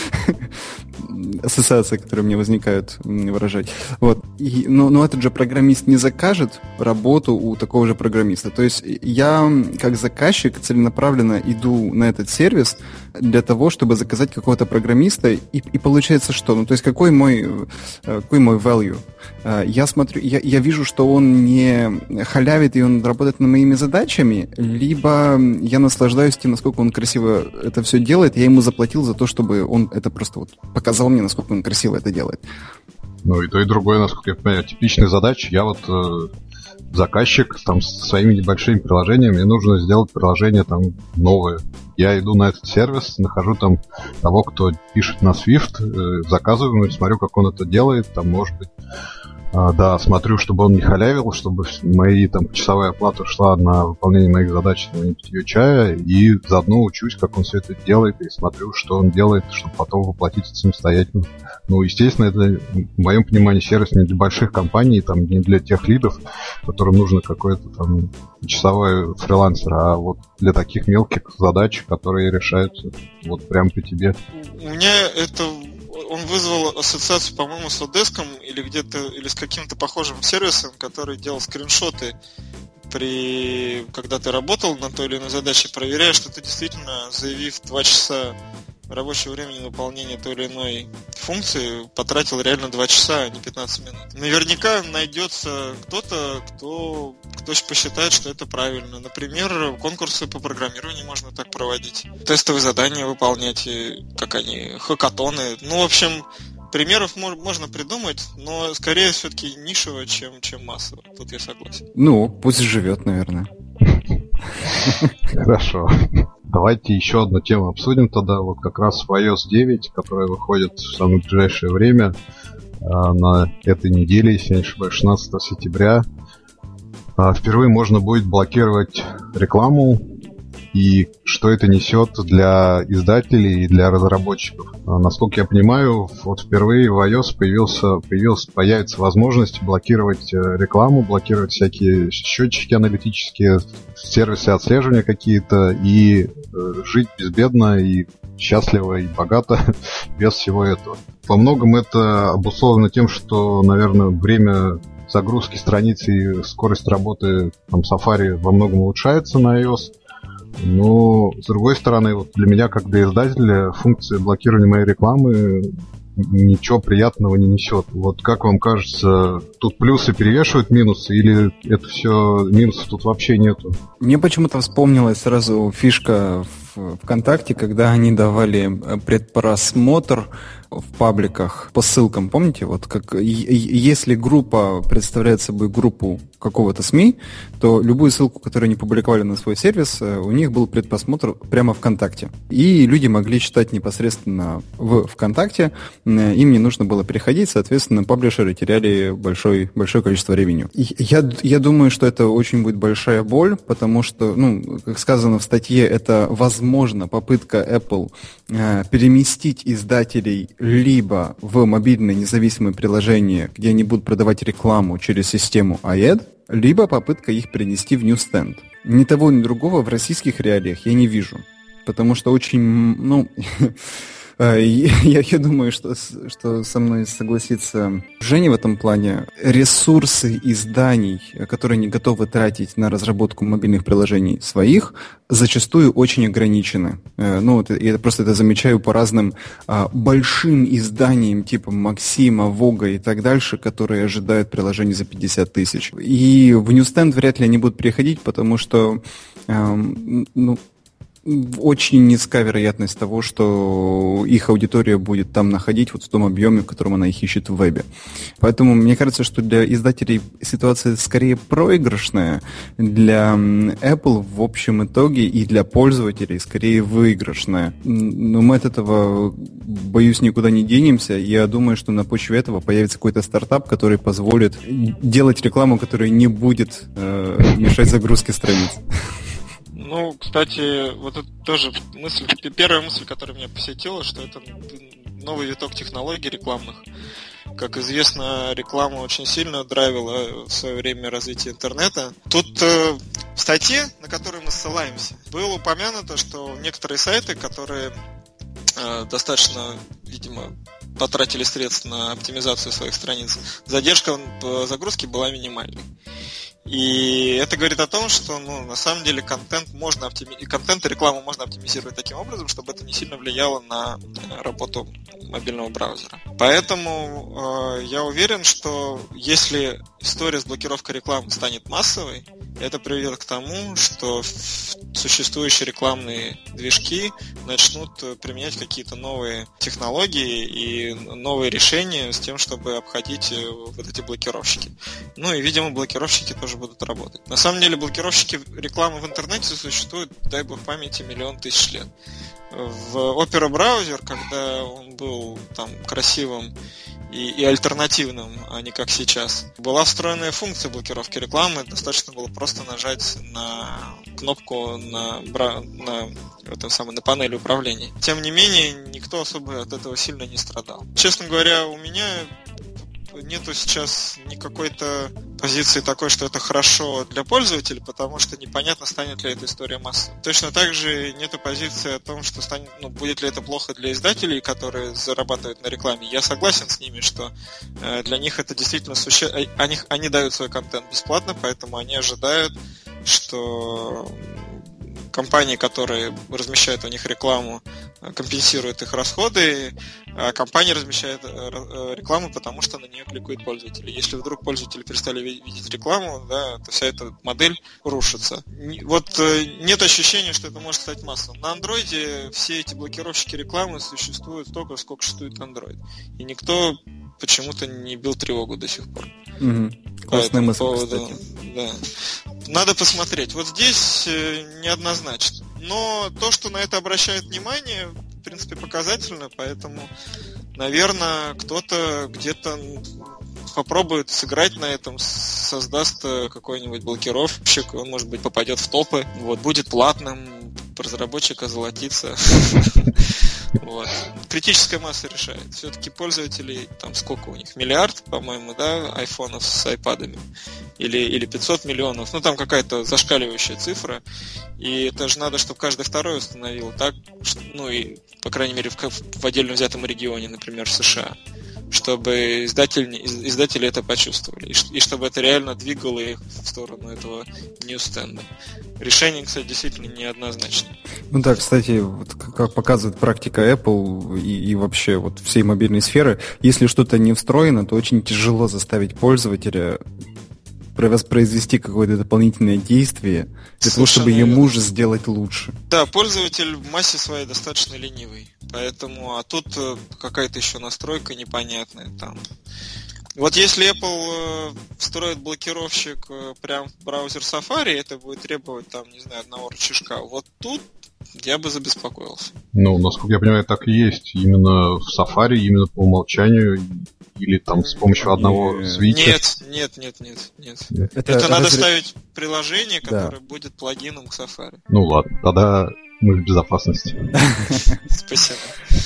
ассоциации, которые мне возникают, выражать. Вот. И, но, но этот же программист не закажет работу у такого же программиста. То есть я, как заказчик, целенаправленно иду на этот сервис для того, чтобы заказать какого-то программиста, и, и получается что? Ну, то есть какой мой, какой мой value? Я смотрю, я, я вижу, что он не халявит, и он работает над моими задачами, либо я наслаждаюсь тем, насколько он красиво это все делает, я ему заплатил за то, чтобы он это просто вот показал мне, насколько он красиво это делает. Ну, и то, и другое, насколько я понимаю, типичная задача. Я вот э, заказчик там со своими небольшими приложениями, мне нужно сделать приложение там новое. Я иду на этот сервис, нахожу там того, кто пишет на Swift, э, заказываю, смотрю, как он это делает, там, может быть, А, да, смотрю, чтобы он не халявил, чтобы мои там часовая оплата шла на выполнение моих задач на питье чая, и заодно учусь, как он все это делает, и смотрю, что он делает, чтобы потом воплотить это самостоятельно. Ну, естественно, это, в моем понимании, сервис не для больших компаний, там, не для тех лидов, которым нужно какой-то там часовой фрилансер, а вот для таких мелких задач, которые решаются вот прям по тебе. У меня это... Он вызвал ассоциацию, по-моему, с Odesk или где-то, или с каким-то похожим сервисом, который делал скриншоты при... когда ты работал на той или иной задаче, проверяя, что ты действительно, заявив два часа рабочего времени на выполнение той или иной функции, потратил реально два часа, а не пятнадцать минут. Наверняка найдется кто-то, кто, кто посчитает, что это правильно. Например, конкурсы по программированию можно так проводить. Тестовые задания выполнять, как они, хакатоны. Ну, в общем, примеров можно придумать, но скорее все-таки нишево, чем, чем массово. Тут я согласен. Ну, пусть живет, наверное. Хорошо. Давайте еще одну тему обсудим тогда. Вот как раз в ай о эс девять, которая выходит в самое ближайшее время, на этой неделе, если я не ошибаюсь, шестнадцатого сентября, впервые можно будет блокировать рекламу. И что это несет для издателей и для разработчиков. Насколько я понимаю, вот впервые в iOS появился, появился, появится возможность блокировать рекламу, блокировать всякие счетчики аналитические, сервисы отслеживания какие-то, и жить безбедно и счастливо и богато без всего этого. Во многом это обусловлено тем, что, наверное, время загрузки страниц и скорость работы там, Safari во многом улучшается на iOS. Но, с другой стороны, вот для меня, как для издателя, функция блокирования моей рекламы ничего приятного не несет. Вот как вам кажется, тут плюсы перевешивают минусы, или это все, минусов тут вообще нету? Мне почему-то вспомнилась сразу фишка в ВКонтакте, когда они давали предпросмотр в пабликах по ссылкам, помните? Вот как если группа представляет собой группу какого-то СМИ, то любую ссылку, которую они публиковали на свой сервис, у них был предпросмотр прямо ВКонтакте. И люди могли читать непосредственно в ВКонтакте, им не нужно было переходить, соответственно, паблишеры теряли большой, большое количество ревеню. Я, я думаю, что это очень будет большая боль, потому что, ну, как сказано в статье, это, возможно, попытка Apple э, переместить издателей либо в мобильное независимое приложение, где они будут продавать рекламу через систему iAd, либо попытка их перенести в Newsstand. Ни того, ни другого в российских реалиях я не вижу, потому что очень, ну... Я, я думаю, что, что со мной согласится Женя в этом плане. Ресурсы изданий, которые не готовы тратить на разработку мобильных приложений своих, зачастую очень ограничены. Ну, это, я просто это замечаю по разным а, большим изданиям типа Максима, Вога и так дальше, которые ожидают приложений за пятьдесят тысяч. И в Newsstand вряд ли они будут переходить, потому что, а, ну, очень низка вероятность того, что их аудитория будет там находить вот в том объеме, в котором она их ищет в вебе. Поэтому мне кажется, что для издателей ситуация скорее проигрышная, для Apple в общем итоге и для пользователей скорее выигрышная. Но мы от этого, боюсь, никуда не денемся. Я думаю, что на почве этого появится какой-то стартап, который позволит делать рекламу, которая не будет э, мешать загрузке страниц. Ну, кстати, вот это тоже мысль, первая мысль, которая меня посетила, что это новый виток технологий рекламных. Как известно, реклама очень сильно драйвила в свое время развитие интернета. Тут э, в статье, на которую мы ссылаемся, было упомянуто, что некоторые сайты, которые э, достаточно, видимо, потратили средств на оптимизацию своих страниц, задержка загрузки была минимальной. И это говорит о том, что ну, на самом деле контент можно оптими... и контент и рекламу можно оптимизировать таким образом, чтобы это не сильно влияло на работу мобильного браузера. Поэтому э, я уверен, что если история с блокировкой рекламы станет массовой, это приведет к тому, что существующие рекламные движки начнут применять какие-то новые технологии и новые решения с тем, чтобы обходить вот эти блокировщики. Ну и, видимо, блокировщики тоже будут работать. На самом деле блокировщики рекламы в интернете существуют, дай бог памяти, миллион тысяч лет. В Opera браузер, когда он был там красивым и, и альтернативным, а не как сейчас, была встроенная функция блокировки рекламы. Достаточно было просто нажать на кнопку на, на, этом самом, на панели управления. Тем не менее, никто особо от этого сильно не страдал. Честно говоря, у меня нету сейчас никакой-то позиции такой, что это хорошо для пользователей, потому что непонятно, станет ли эта история массовой. Точно так же нету позиции о том, что станет, ну, будет ли это плохо для издателей, которые зарабатывают на рекламе. Я согласен с ними, что э, для них это действительно существенно. Они, они дают свой контент бесплатно, поэтому они ожидают, что компании, которые размещают у них рекламу, компенсируют их расходы, а компания размещает рекламу, потому что на нее кликают пользователи. Если вдруг пользователи перестали видеть рекламу, да, то вся эта модель рушится. Вот нет ощущения, что это может стать массовым. На андроиде все эти блокировщики рекламы существуют столько, сколько существует Android. И никто почему-то не бил тревогу до сих пор. Угу. Классная мысль, поводу, да. Надо посмотреть. Вот здесь неоднозначно. Но то, что на это обращает внимание, в принципе, показательно, поэтому, наверное, кто-то где-то попробует сыграть на этом, создаст какой-нибудь блокировщик, он, может быть, попадет в топы, вот, будет платным, разработчик озолотится. Вот. Критическая масса решает. Все-таки пользователей, там сколько у них? Миллиард, по-моему, да, айфонов с айпадами. Или, или пятьсот миллионов. Ну, там какая-то зашкаливающая цифра. И это же надо, чтобы каждый второй установил так, что, ну и, по крайней мере, в, в отдельно взятом регионе, например, в США, чтобы издатели, издатели это почувствовали. И, и чтобы это реально двигало их в сторону этого ньюстенда. Решение, кстати, действительно неоднозначно. Ну да, кстати, вот как показывает практика Apple и, и вообще вот всей мобильной сферы, если что-то не встроено, то очень тяжело заставить пользователя воспроизвести какое-то дополнительное действие для того, чтобы ему же сделать лучше. Да, пользователь в массе своей достаточно ленивый. Поэтому, а тут какая-то еще настройка непонятная там. Вот если Apple э, встроит блокировщик э, прямо в браузер Safari, это будет требовать, там, не знаю, одного рычажка. Вот тут я бы забеспокоился. Ну, насколько я понимаю, так и есть. Именно в Safari, именно по умолчанию, или там с помощью одного нет, свитча. Нет, нет, нет, нет, нет. Это, это надо разре... ставить приложение, которое да. будет плагином к Safari. Ну ладно, тогда мы в безопасности. Спасибо.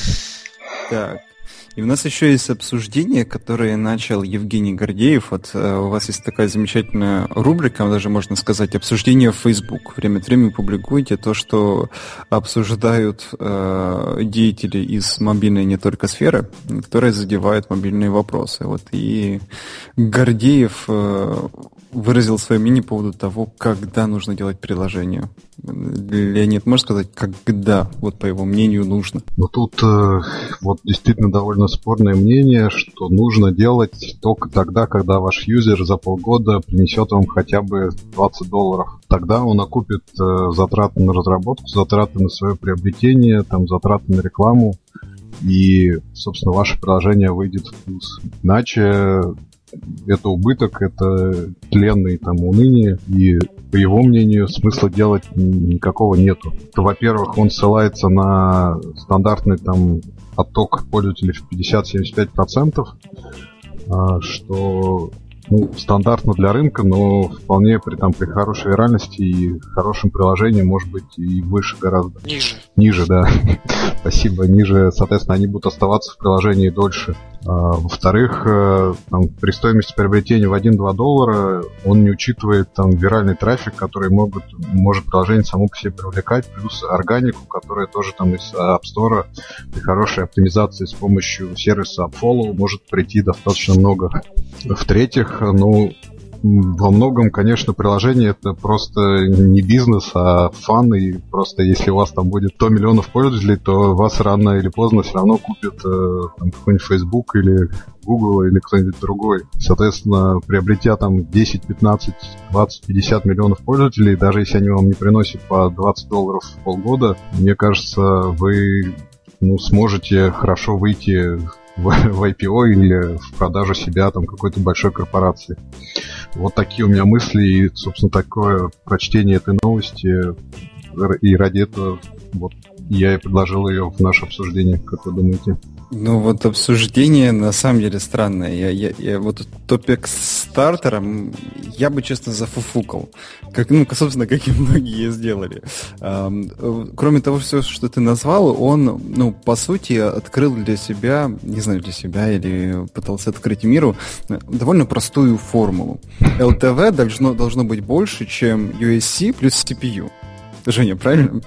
Так. И у нас еще есть обсуждение, которое начал Евгений Гордеев. Вот э, у вас есть такая замечательная рубрика, даже можно сказать, обсуждение в Facebook. Время от времени публикуете то, что обсуждают э, деятели из мобильной не только сферы, которые задевают мобильные вопросы. Вот и Гордеев э, выразил свое мнение по поводу того, когда нужно делать приложение. Леонид, можешь сказать, когда, вот по его мнению, нужно? Ну тут э, вот действительно довольно спорное мнение, что нужно делать только тогда, когда ваш юзер за полгода принесет вам хотя бы двадцать долларов тогда он окупит э, затраты на разработку, затраты на свое приобретение, там, затраты на рекламу, и, собственно, ваше приложение выйдет в плюс. Иначе это убыток, это тленное там уныние, и, по его мнению, смысла делать никакого нету. То, во-первых, он ссылается на стандартный там отток пользователей в пятьдесят-семьдесят пять процентов, что ну, стандартно для рынка, но вполне при, там, при хорошей виральности и хорошем приложении может быть и выше гораздо. Ниже. Ниже, да. Спасибо, ниже. Соответственно, они будут оставаться в приложении дольше. А, во-вторых, там, при стоимости приобретения в один-два доллара он не учитывает там виральный трафик, который могут, может приложение само по себе привлекать, плюс органику, которая тоже там из App Store при хорошей оптимизации с помощью сервиса AppFollow может прийти достаточно много. В-третьих, ну, во многом, конечно, приложение это просто не бизнес, а фан, и просто если у вас там будет сто миллионов пользователей, то вас рано или поздно все равно купит э, там, какой-нибудь Facebook или Google или кто-нибудь другой. Соответственно, приобретя там десять, пятнадцать, двадцать, пятьдесят миллионов пользователей, даже если они вам не приносят по двадцать долларов в полгода, мне кажется, вы ну, сможете хорошо выйти в ай пи о или в продажу себя там какой-то большой корпорации. Вот такие у меня мысли и, собственно, такое прочтение этой новости. И ради этого вот я и предложил ее в наше обсуждение. Как вы думаете? Ну вот обсуждение на самом деле странное. Я, я, я вот топик стартером я бы, честно, зафуфукал. Как, ну, собственно, как и многие сделали. А, кроме того, все, что ты назвал, он, ну, по сути, открыл для себя, не знаю, для себя или пытался открыть миру, довольно простую формулу. эл ти ви должно, должно быть больше, чем ю эс си плюс си пи ю. Женя, правильно?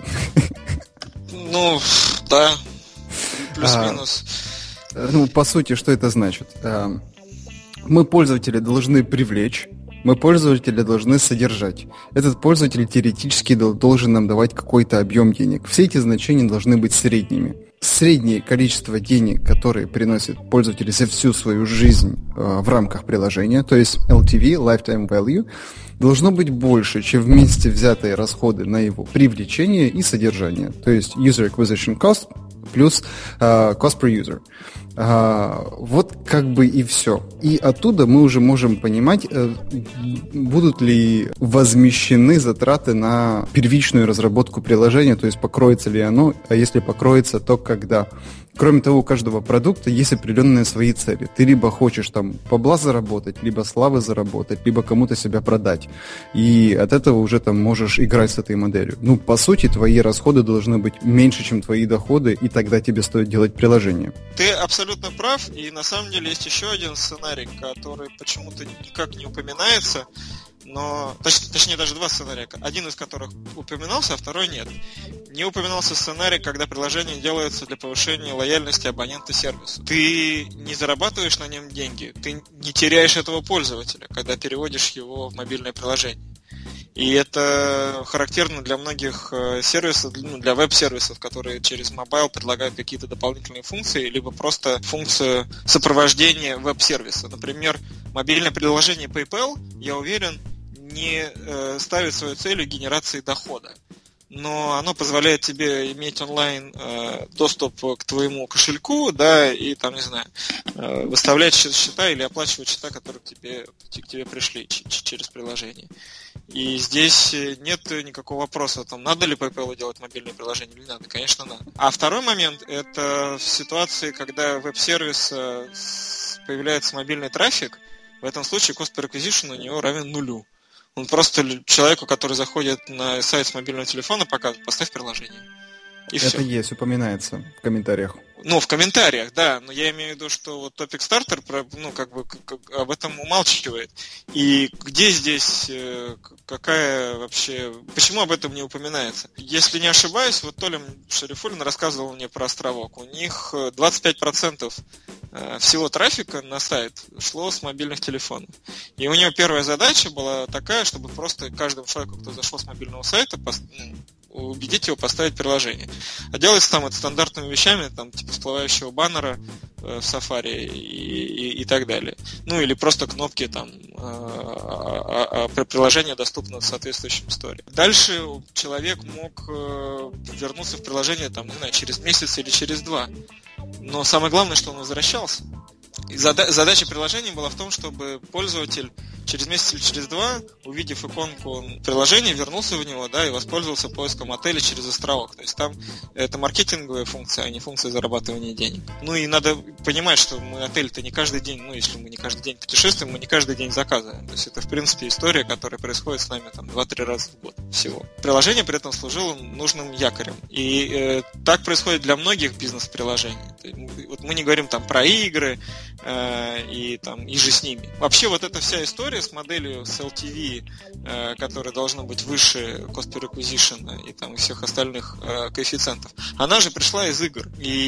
Ну, да. Плюс-минус. А, ну, по сути, что это значит? А, мы пользователя должны привлечь, мы пользователя должны содержать. Этот пользователь теоретически должен нам давать какой-то объем денег. Все эти значения должны быть средними. Среднее количество денег, которые приносит пользователь за всю свою жизнь э, в рамках приложения, то есть эл ти ви, Lifetime Value, должно быть больше, чем вместе взятые расходы на его привлечение и содержание. То есть User Acquisition Cost плюс uh, cost per user. Uh, вот как бы и все. И оттуда мы уже можем понимать, uh, будут ли возмещены затраты на первичную разработку приложения, то есть покроется ли оно, а если покроется, то когда. Кроме того, у каждого продукта есть определенные свои цели. Ты либо хочешь там бабла заработать, либо славы заработать, либо кому-то себя продать. И от этого уже там можешь играть с этой моделью. Ну, по сути, твои расходы должны быть меньше, чем твои доходы, и тогда тебе стоит делать приложение. Ты абсолютно прав, и на самом деле есть еще один сценарий, который почему-то никак не упоминается, но, точ, точнее, даже два сценария, один из которых упоминался, а второй нет. Не упоминался сценарий, когда приложение делается для повышения лояльности абонента сервису. Ты не зарабатываешь на нем деньги, ты не теряешь этого пользователя, когда переводишь его в мобильное приложение. И это характерно для многих сервисов, ну, для веб-сервисов, которые через мобайл предлагают какие-то дополнительные функции, либо просто функцию сопровождения веб-сервиса. Например, мобильное приложение PayPal, я уверен, не э, ставит своей целью генерации дохода. Но оно позволяет тебе иметь онлайн э, доступ к твоему кошельку, да, и там, не знаю, э, выставлять счета или оплачивать счета, которые к тебе, к тебе пришли ч- ч- через приложение. И здесь нет никакого вопроса, там, надо ли PayPal делать мобильное приложение или не надо. Конечно, надо. А второй момент, это в ситуации, когда в веб-сервис появляется мобильный трафик, в этом случае cost per acquisition у него равен нулю. Он просто человеку, который заходит на сайт с мобильного телефона, показывает, поставь приложение. И это все. есть, упоминается в комментариях. Ну, в комментариях, да, но я имею в виду, что вот Topic Starter, ну, как бы как, об этом умалчивает. И где здесь, какая вообще, почему об этом не упоминается? Если не ошибаюсь, вот Толя Шарифуллин рассказывал мне про Островок. У них двадцать пять процентов всего трафика на сайт шло с мобильных телефонов. И у него первая задача была такая, чтобы просто каждому человеку, кто зашел с мобильного сайта, убедить его поставить приложение. А делается там это стандартными вещами, там типа всплывающего баннера в Safari и, и, и так далее. Ну или просто кнопки там а, а, а приложение доступно в соответствующем сторе. Дальше человек мог вернуться в приложение там, не знаю, через месяц или через два. Но самое главное, что он возвращался. И зада- задача приложения была в том, чтобы пользователь через месяц или через два, увидев иконку приложения, вернулся в него, да, и воспользовался поиском отеля через островок. То есть там это маркетинговая функция, а не функция зарабатывания денег. Ну и надо понимать, что мы отель-то не каждый день, ну если мы не каждый день путешествуем, мы не каждый день заказываем. То есть это в принципе история, которая происходит с нами там два-три раза в год всего. Приложение при этом служило нужным якорем. И э, так происходит для многих бизнес-приложений. Вот мы не говорим там про игры э, и там и же с ними. Вообще вот эта вся история с моделью с эл ти ви, э, которая должна быть выше cost per acquisition и там всех остальных э, коэффициентов, она же пришла из игр.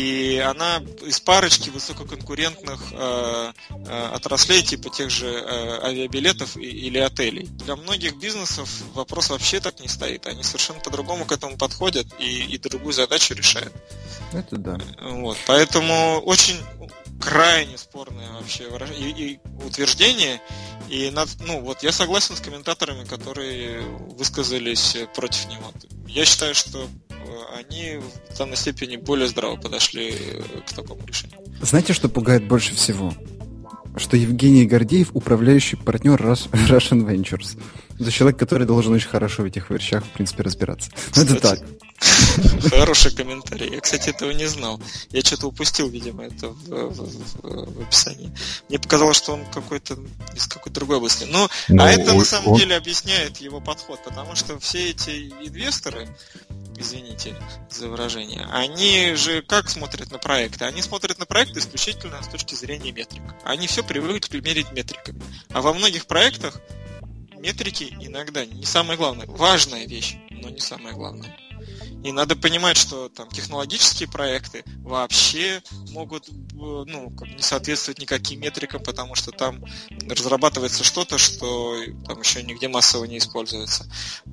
И она из парочки высококонкурентных э, э, отраслей, типа тех же э, авиабилетов и, или отелей. Для многих бизнесов вопрос вообще так не стоит. Они совершенно по-другому к этому подходят и, и другую задачу решают. Это да. Вот, поэтому очень крайне спорное вообще выражение и, и утверждение. И над, ну вот я согласен с комментаторами, которые высказались против него. Я считаю, что они в данной степени более здраво подошли к такому решению. Знаете, что пугает больше всего? Что Евгений Гордеев управляющий партнер Russian Ventures. Это человек, который должен очень хорошо в этих вещах, в принципе, разбираться. Но это так. Хороший комментарий. Я, кстати, этого не знал. Я что-то упустил, видимо, это в, в, в, в описании. Мне показалось, что он какой-то из какой-то другой области. Ну, Но а это он, на самом он... деле объясняет его подход, потому что все эти инвесторы, извините за выражение, они же как смотрят на проекты? Они смотрят на проекты исключительно с точки зрения метрик. Они все привыкли мерить метриками. А во многих проектах метрики иногда не самое главное. Важная вещь, но не самое главное. И надо понимать, что там технологические проекты вообще могут ну, не соответствовать никаким метрикам, потому что там разрабатывается что-то, что там еще нигде массово не используется.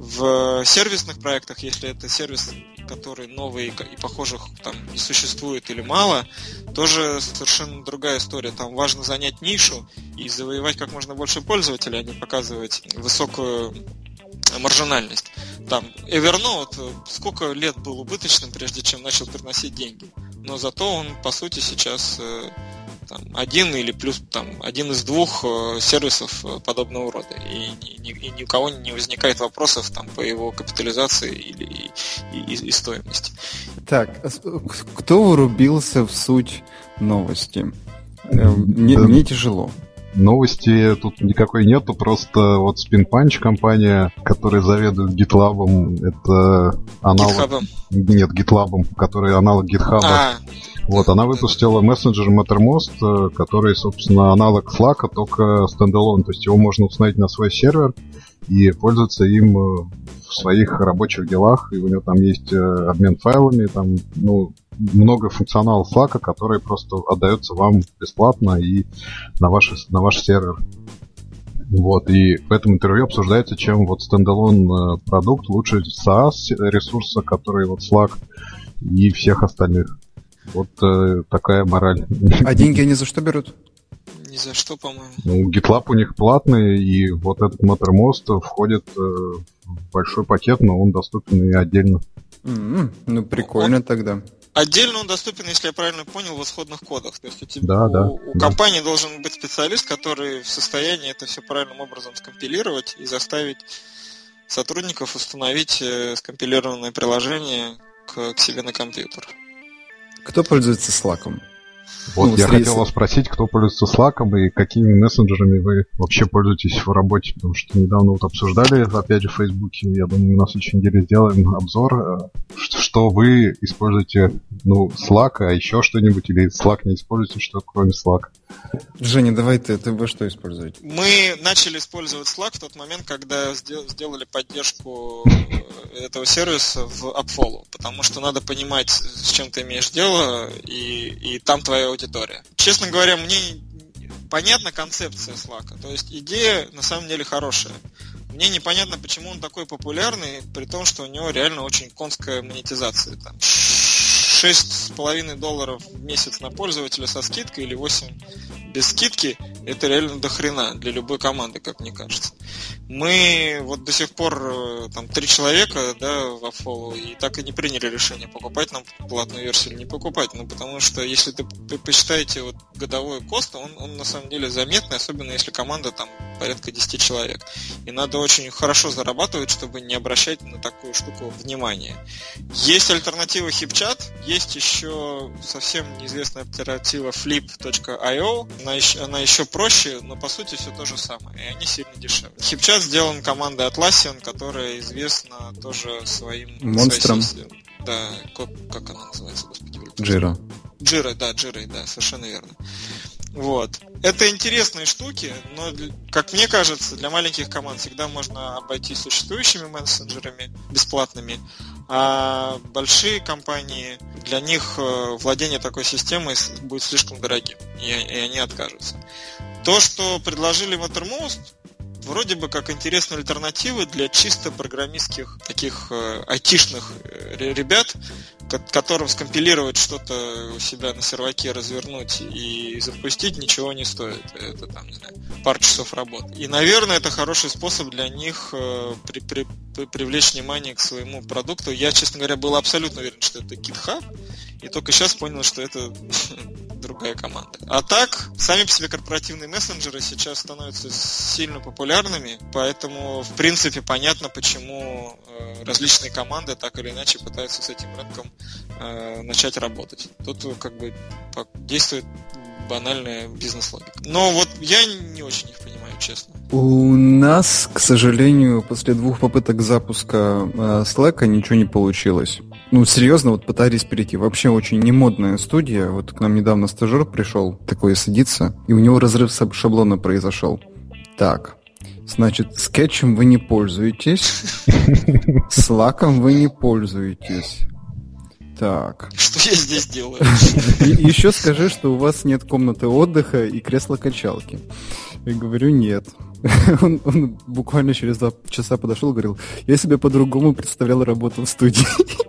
В сервисных проектах, если это сервис, который новый и похожих там не существует или мало, тоже совершенно другая история. Там важно занять нишу и завоевать как можно больше пользователей, а не показывать высокую маржинальность. Там Evernote сколько лет был убыточным, прежде чем начал приносить деньги. Но зато он, по сути, сейчас там, один или плюс там, один из двух сервисов подобного рода. И, и, и ни у кого не возникает вопросов там, по его капитализации или и, и, и стоимости. Так, кто врубился в суть новости? Мне, да. мне тяжело. Новости тут никакой нету, просто вот SpinPunch, компания, которая заведует GitLab, это аналог... GitHub. Нет, GitLab, который аналог GitHub. А, вот, да, она выпустила да. мессенджер Mattermost, который, собственно, аналог Slack, только стендалон, то есть его можно установить на свой сервер и пользоваться им в своих рабочих делах, и у него там есть обмен файлами, там, ну, много функционала Slack, который просто отдается вам бесплатно и на ваш, на ваш сервер. Вот, и в этом интервью обсуждается, чем вот стендалон продукт лучше SaaS ресурса, который вот Slack и всех остальных. Вот э, такая мораль. А деньги они за что берут? Ни за что, по-моему. Ну, GitLab у них платный, и вот этот Mattermost входит э, в большой пакет, но он доступен и отдельно. Mm-hmm. Ну, прикольно он... тогда. Отдельно он доступен, если я правильно понял, в исходных кодах. То есть у, тебя, да, у, да, у да. компании должен быть специалист, который в состоянии это все правильным образом скомпилировать и заставить сотрудников установить э, скомпилированное приложение к, к себе на компьютер. Кто пользуется Slack'ом? Вот ну, я хотел вас спросить, кто пользуется Slack'ом и какими мессенджерами вы вообще пользуетесь в работе, потому что недавно вот обсуждали, опять же, в Фейсбуке, я думаю, на следующей неделе сделаем обзор, что вы используете, ну, Slack, а еще что-нибудь, или Slack не используете, что кроме Slack? Женя, давай ты, ты вы что используете? Мы начали использовать Slack в тот момент, когда сделали поддержку этого сервиса в AppFollow, потому что надо понимать, с чем ты имеешь дело, и, и там твоя аудитория. Честно говоря, мне понятна концепция Slack, то есть идея на самом деле хорошая, Мне непонятно, почему он такой популярный, при том, что у него реально очень конская монетизация. Там шесть с половиной долларов в месяц на пользователя со скидкой или восемь без скидки, это реально дохрена для любой команды, как мне кажется. Мы вот до сих пор там три человека, да, в Upfollow, и так и не приняли решение, покупать нам платную версию или не покупать. Ну, потому что если ты посчитаете вот годовой кост, он, он на самом деле заметный, особенно если команда там порядка десять человек. И надо очень хорошо зарабатывать, чтобы не обращать на такую штуку внимания. Есть альтернатива HipChat, есть еще совсем неизвестная альтернатива flip точка ай о. Она еще, она еще проще, но по сути все то же самое, и они сильно дешевле. HipChat сделан командой Atlassian, которая известна тоже своим... Монстром. Своей, да, как, как она называется, господи? Jira. Jira, да, Jira, да, совершенно верно. Вот. Это интересные штуки, но, как мне кажется, для маленьких команд всегда можно обойтись существующими мессенджерами бесплатными, а большие компании, для них владение такой системой будет слишком дорогим, и они откажутся. То, что предложили Mattermost, вроде бы как интересная альтернатива для чисто программистских, таких э, айтишных э, ребят, которым скомпилировать что-то у себя на серваке, развернуть и запустить ничего не стоит. Это там, не знаю, пару часов работы. И, наверное, это хороший способ для них э, при, при, при, привлечь внимание к своему продукту. Я, честно говоря, был абсолютно уверен, что это GitHub, и только сейчас понял, что это другая команда. А так, сами по себе корпоративные мессенджеры сейчас становятся сильно популярными, поэтому, в принципе, понятно, почему э, различные команды так или иначе пытаются с этим рынком э, начать работать. Тут как бы действует банальная бизнес-логика. Но вот я не очень их понимаю, честно. У нас, к сожалению, после двух попыток запуска э, Slack ничего не получилось. Ну, серьезно, вот пытались перейти. Вообще очень немодная студия. Вот к нам недавно стажер пришел, такой садится, и у него разрыв шаблона произошел. Так, значит, скетчем вы не пользуетесь, Slack'ом вы не пользуетесь. Так. Что я здесь делаю? И еще скажи, что у вас нет комнаты отдыха и кресла-качалки. Я говорю, нет. Он, он буквально через два часа подошел и говорил, я себе по-другому представлял работу в студии.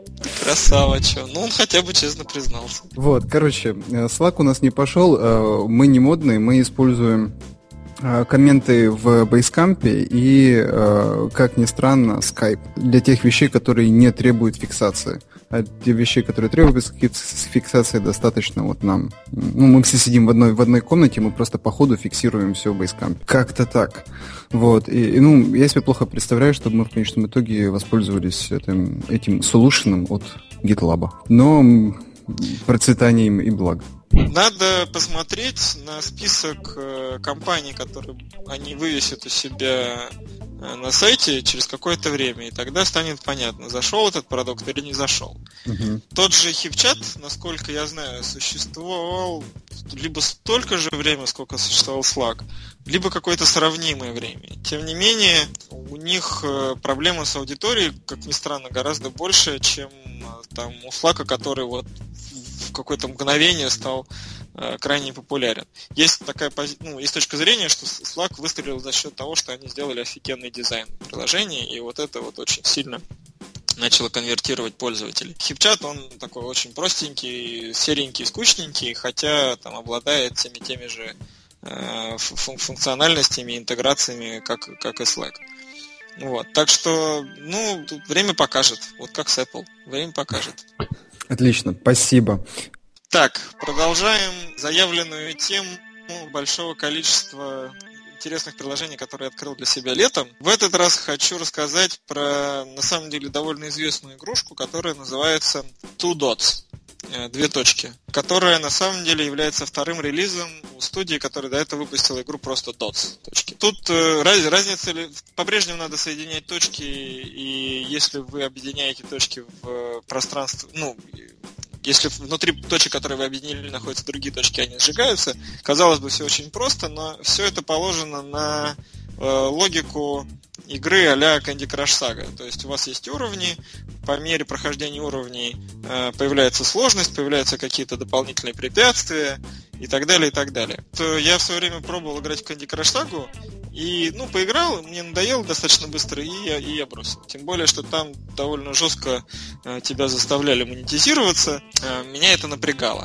Красава, чё. Ну, он хотя бы честно признался. Вот, короче, Slack у нас не пошел, мы не модные, мы используем комменты в Basecamp и, как ни странно, Skype для тех вещей, которые не требуют фиксации. А те вещи, которые требуют фиксации, достаточно вот нам. Ну, мы все сидим в одной, в одной комнате, мы просто по ходу фиксируем все в Basecamp. Как-то так. Вот. И, и, ну, я себе плохо представляю, чтобы мы в конечном итоге воспользовались этим, этим солюшеном от GitLab. Но процветание им и благо. Надо посмотреть на список э, компаний, которые они вывесят у себя э, на сайте через какое-то время, и тогда станет понятно, зашел этот продукт или не зашел. Uh-huh. Тот же HipChat, насколько я знаю, существовал либо столько же времени, сколько существовал Slack, либо какое-то сравнимое время. Тем не менее, у них э, проблема с аудиторией, как ни странно, гораздо больше, чем э, там у Slack, который вот в какое-то мгновение стал э, крайне популярен. Есть такая пози... ну, есть точка зрения, что Slack выстрелил за счет того, что они сделали офигенный дизайн приложения, и вот это вот очень сильно начало конвертировать пользователей. HipChat, он такой очень простенький, серенький, скучненький, хотя там обладает всеми теми же э, фун- функциональностями, интеграциями, как, как и Slack. Вот. Так что, ну, тут время покажет. Вот как с Apple. Время покажет. Отлично, спасибо. Так, продолжаем заявленную тему большого количества интересных приложений, которые я открыл для себя летом. В этот раз хочу рассказать про, на самом деле, довольно известную игрушку, которая называется Two Dots. Две точки, которая на самом деле является вторым релизом у студии, которая до этого выпустила игру просто Dots. Точки. Тут э, раз, разница, по-прежнему надо соединять точки, и если вы объединяете точки в пространство, ну, если внутри точек, которые вы объединили, находятся другие точки, они сжигаются. Казалось бы, все очень просто, но все это положено на э, логику игры а-ля Candy Crush Saga. То есть у вас есть уровни, по мере прохождения уровней э, появляется сложность, появляются какие-то дополнительные препятствия и так далее, и так далее. То я в свое время пробовал играть в Candy Crush Saga, И, ну, поиграл, мне надоело достаточно быстро, и я, и я бросил. Тем более, что там довольно жестко э, тебя заставляли монетизироваться. Э, меня это напрягало.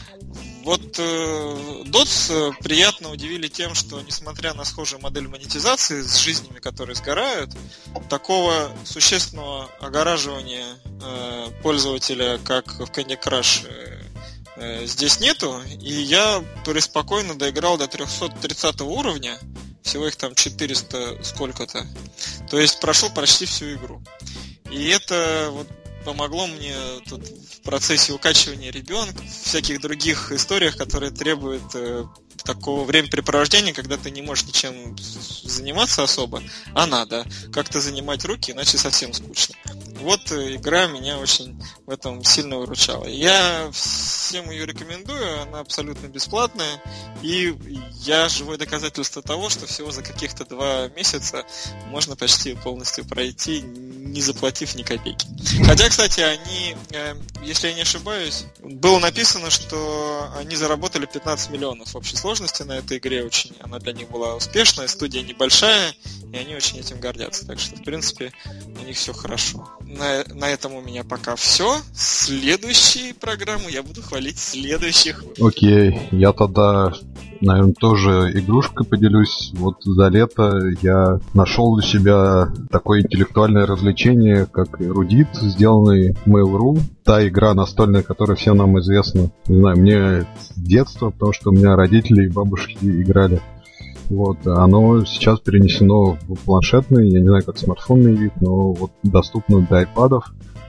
Вот э, дотс э, приятно удивили тем, что, несмотря на схожую модель монетизации с жизнями, которые сгорают, такого существенного огораживания э, пользователя, как в Candy Crush, э, э, здесь нету. И я преспокойно доиграл до триста тридцатого уровня. Всего их там четыреста сколько-то. То есть прошел почти всю игру. И это вот помогло мне тут в процессе укачивания ребенка, в всяких других историях, которые требуют э, такого времяпрепровождения, когда ты не можешь ничем заниматься особо, а надо как-то занимать руки, иначе совсем скучно. Вот э, игра меня очень в этом сильно выручала. Я всем ее рекомендую, она абсолютно бесплатная, и я живое доказательство того, что всего за каких-то два месяца можно почти полностью пройти, не заплатив ни копейки. Хотя, кстати, они, э, если я не ошибаюсь, было написано, что они заработали пятнадцать миллионов в общей сложности на этой игре. Очень она для них была успешная, студия небольшая, и они очень этим гордятся. Так что, в принципе, у них все хорошо. На, на этом у меня пока все. Следующие программы я буду хвалить следующих. Окей, я тогда, наверное, тоже игрушкой поделюсь. Вот за лето я нашел для себя такое интеллектуальное развлечение, как Эрудит, сделанный Mail.ru. Та игра настольная, которая всем нам известна. Не знаю, мне с детства, потому что у меня родители и бабушки играли. Вот, оно сейчас перенесено в планшетный, я не знаю, как смартфонный вид, но вот доступно для айпадов.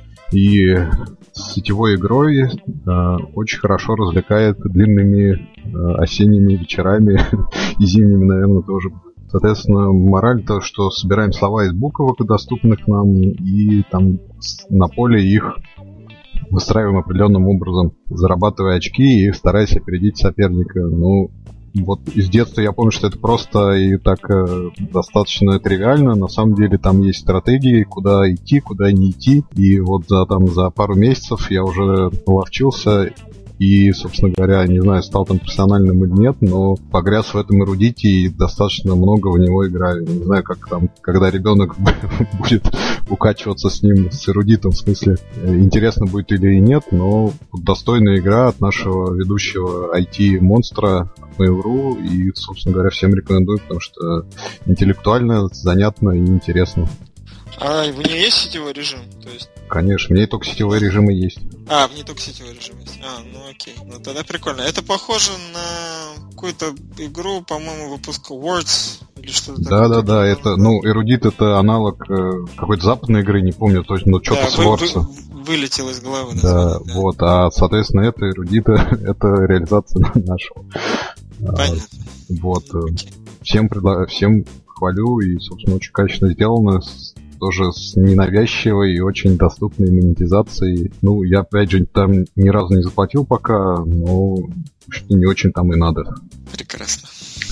И с сетевой игрой э, очень хорошо развлекает длинными э, осенними вечерами и зимними, наверное, тоже. Соответственно, мораль то, что собираем слова из буквок, доступных нам, и там на поле их выстраиваем определенным образом, зарабатывая очки и стараясь опередить соперника. Ну, вот из детства я помню, что это просто и так э, достаточно тривиально. На самом деле там есть стратегии, куда идти, куда не идти. И вот за, там, за пару месяцев я уже ловчился и, собственно говоря, не знаю, стал там профессиональным или нет, но погряз в этом эрудите и достаточно много в него играю. Не знаю, как там, когда ребенок будет укачиваться с ним, с эрудитом, в смысле, интересно будет или нет, но достойная игра от нашего ведущего ай ти-монстра Mail.ru, и, собственно говоря, всем рекомендую, потому что интеллектуально, занятно и интересно. А в ней есть сетевой режим? То есть... Конечно, в ней только сетевые режимы есть. А, в ней только сетевой режим есть. А, ну окей. Ну тогда прикольно. Это похоже на какую-то игру, по-моему, выпуска Words или что-то такое. Да-да-да, это, ну, Эрудит это аналог э, какой-то западной игры, не помню точно, но что-то да, с Words. Вы, вы, вылетело из головы. Да, да, вот, а, соответственно, это Эрудит, это реализация нашего. Понятно. А, вот. Okay. Всем, предла... Всем хвалю, и, собственно, очень качественно сделано, тоже с ненавязчивой и очень доступной монетизацией. Ну, я, опять же, там ни разу не заплатил пока, но не очень там и надо. Прекрасно.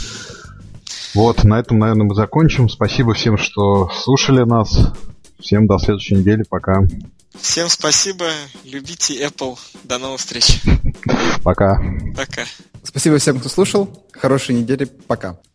Вот, на этом, наверное, мы закончим. Спасибо всем, что слушали нас. Всем до следующей недели. Пока. Всем спасибо. Любите Apple. До новых встреч. Пока. Пока. Спасибо всем, кто слушал. Хорошей недели. Пока.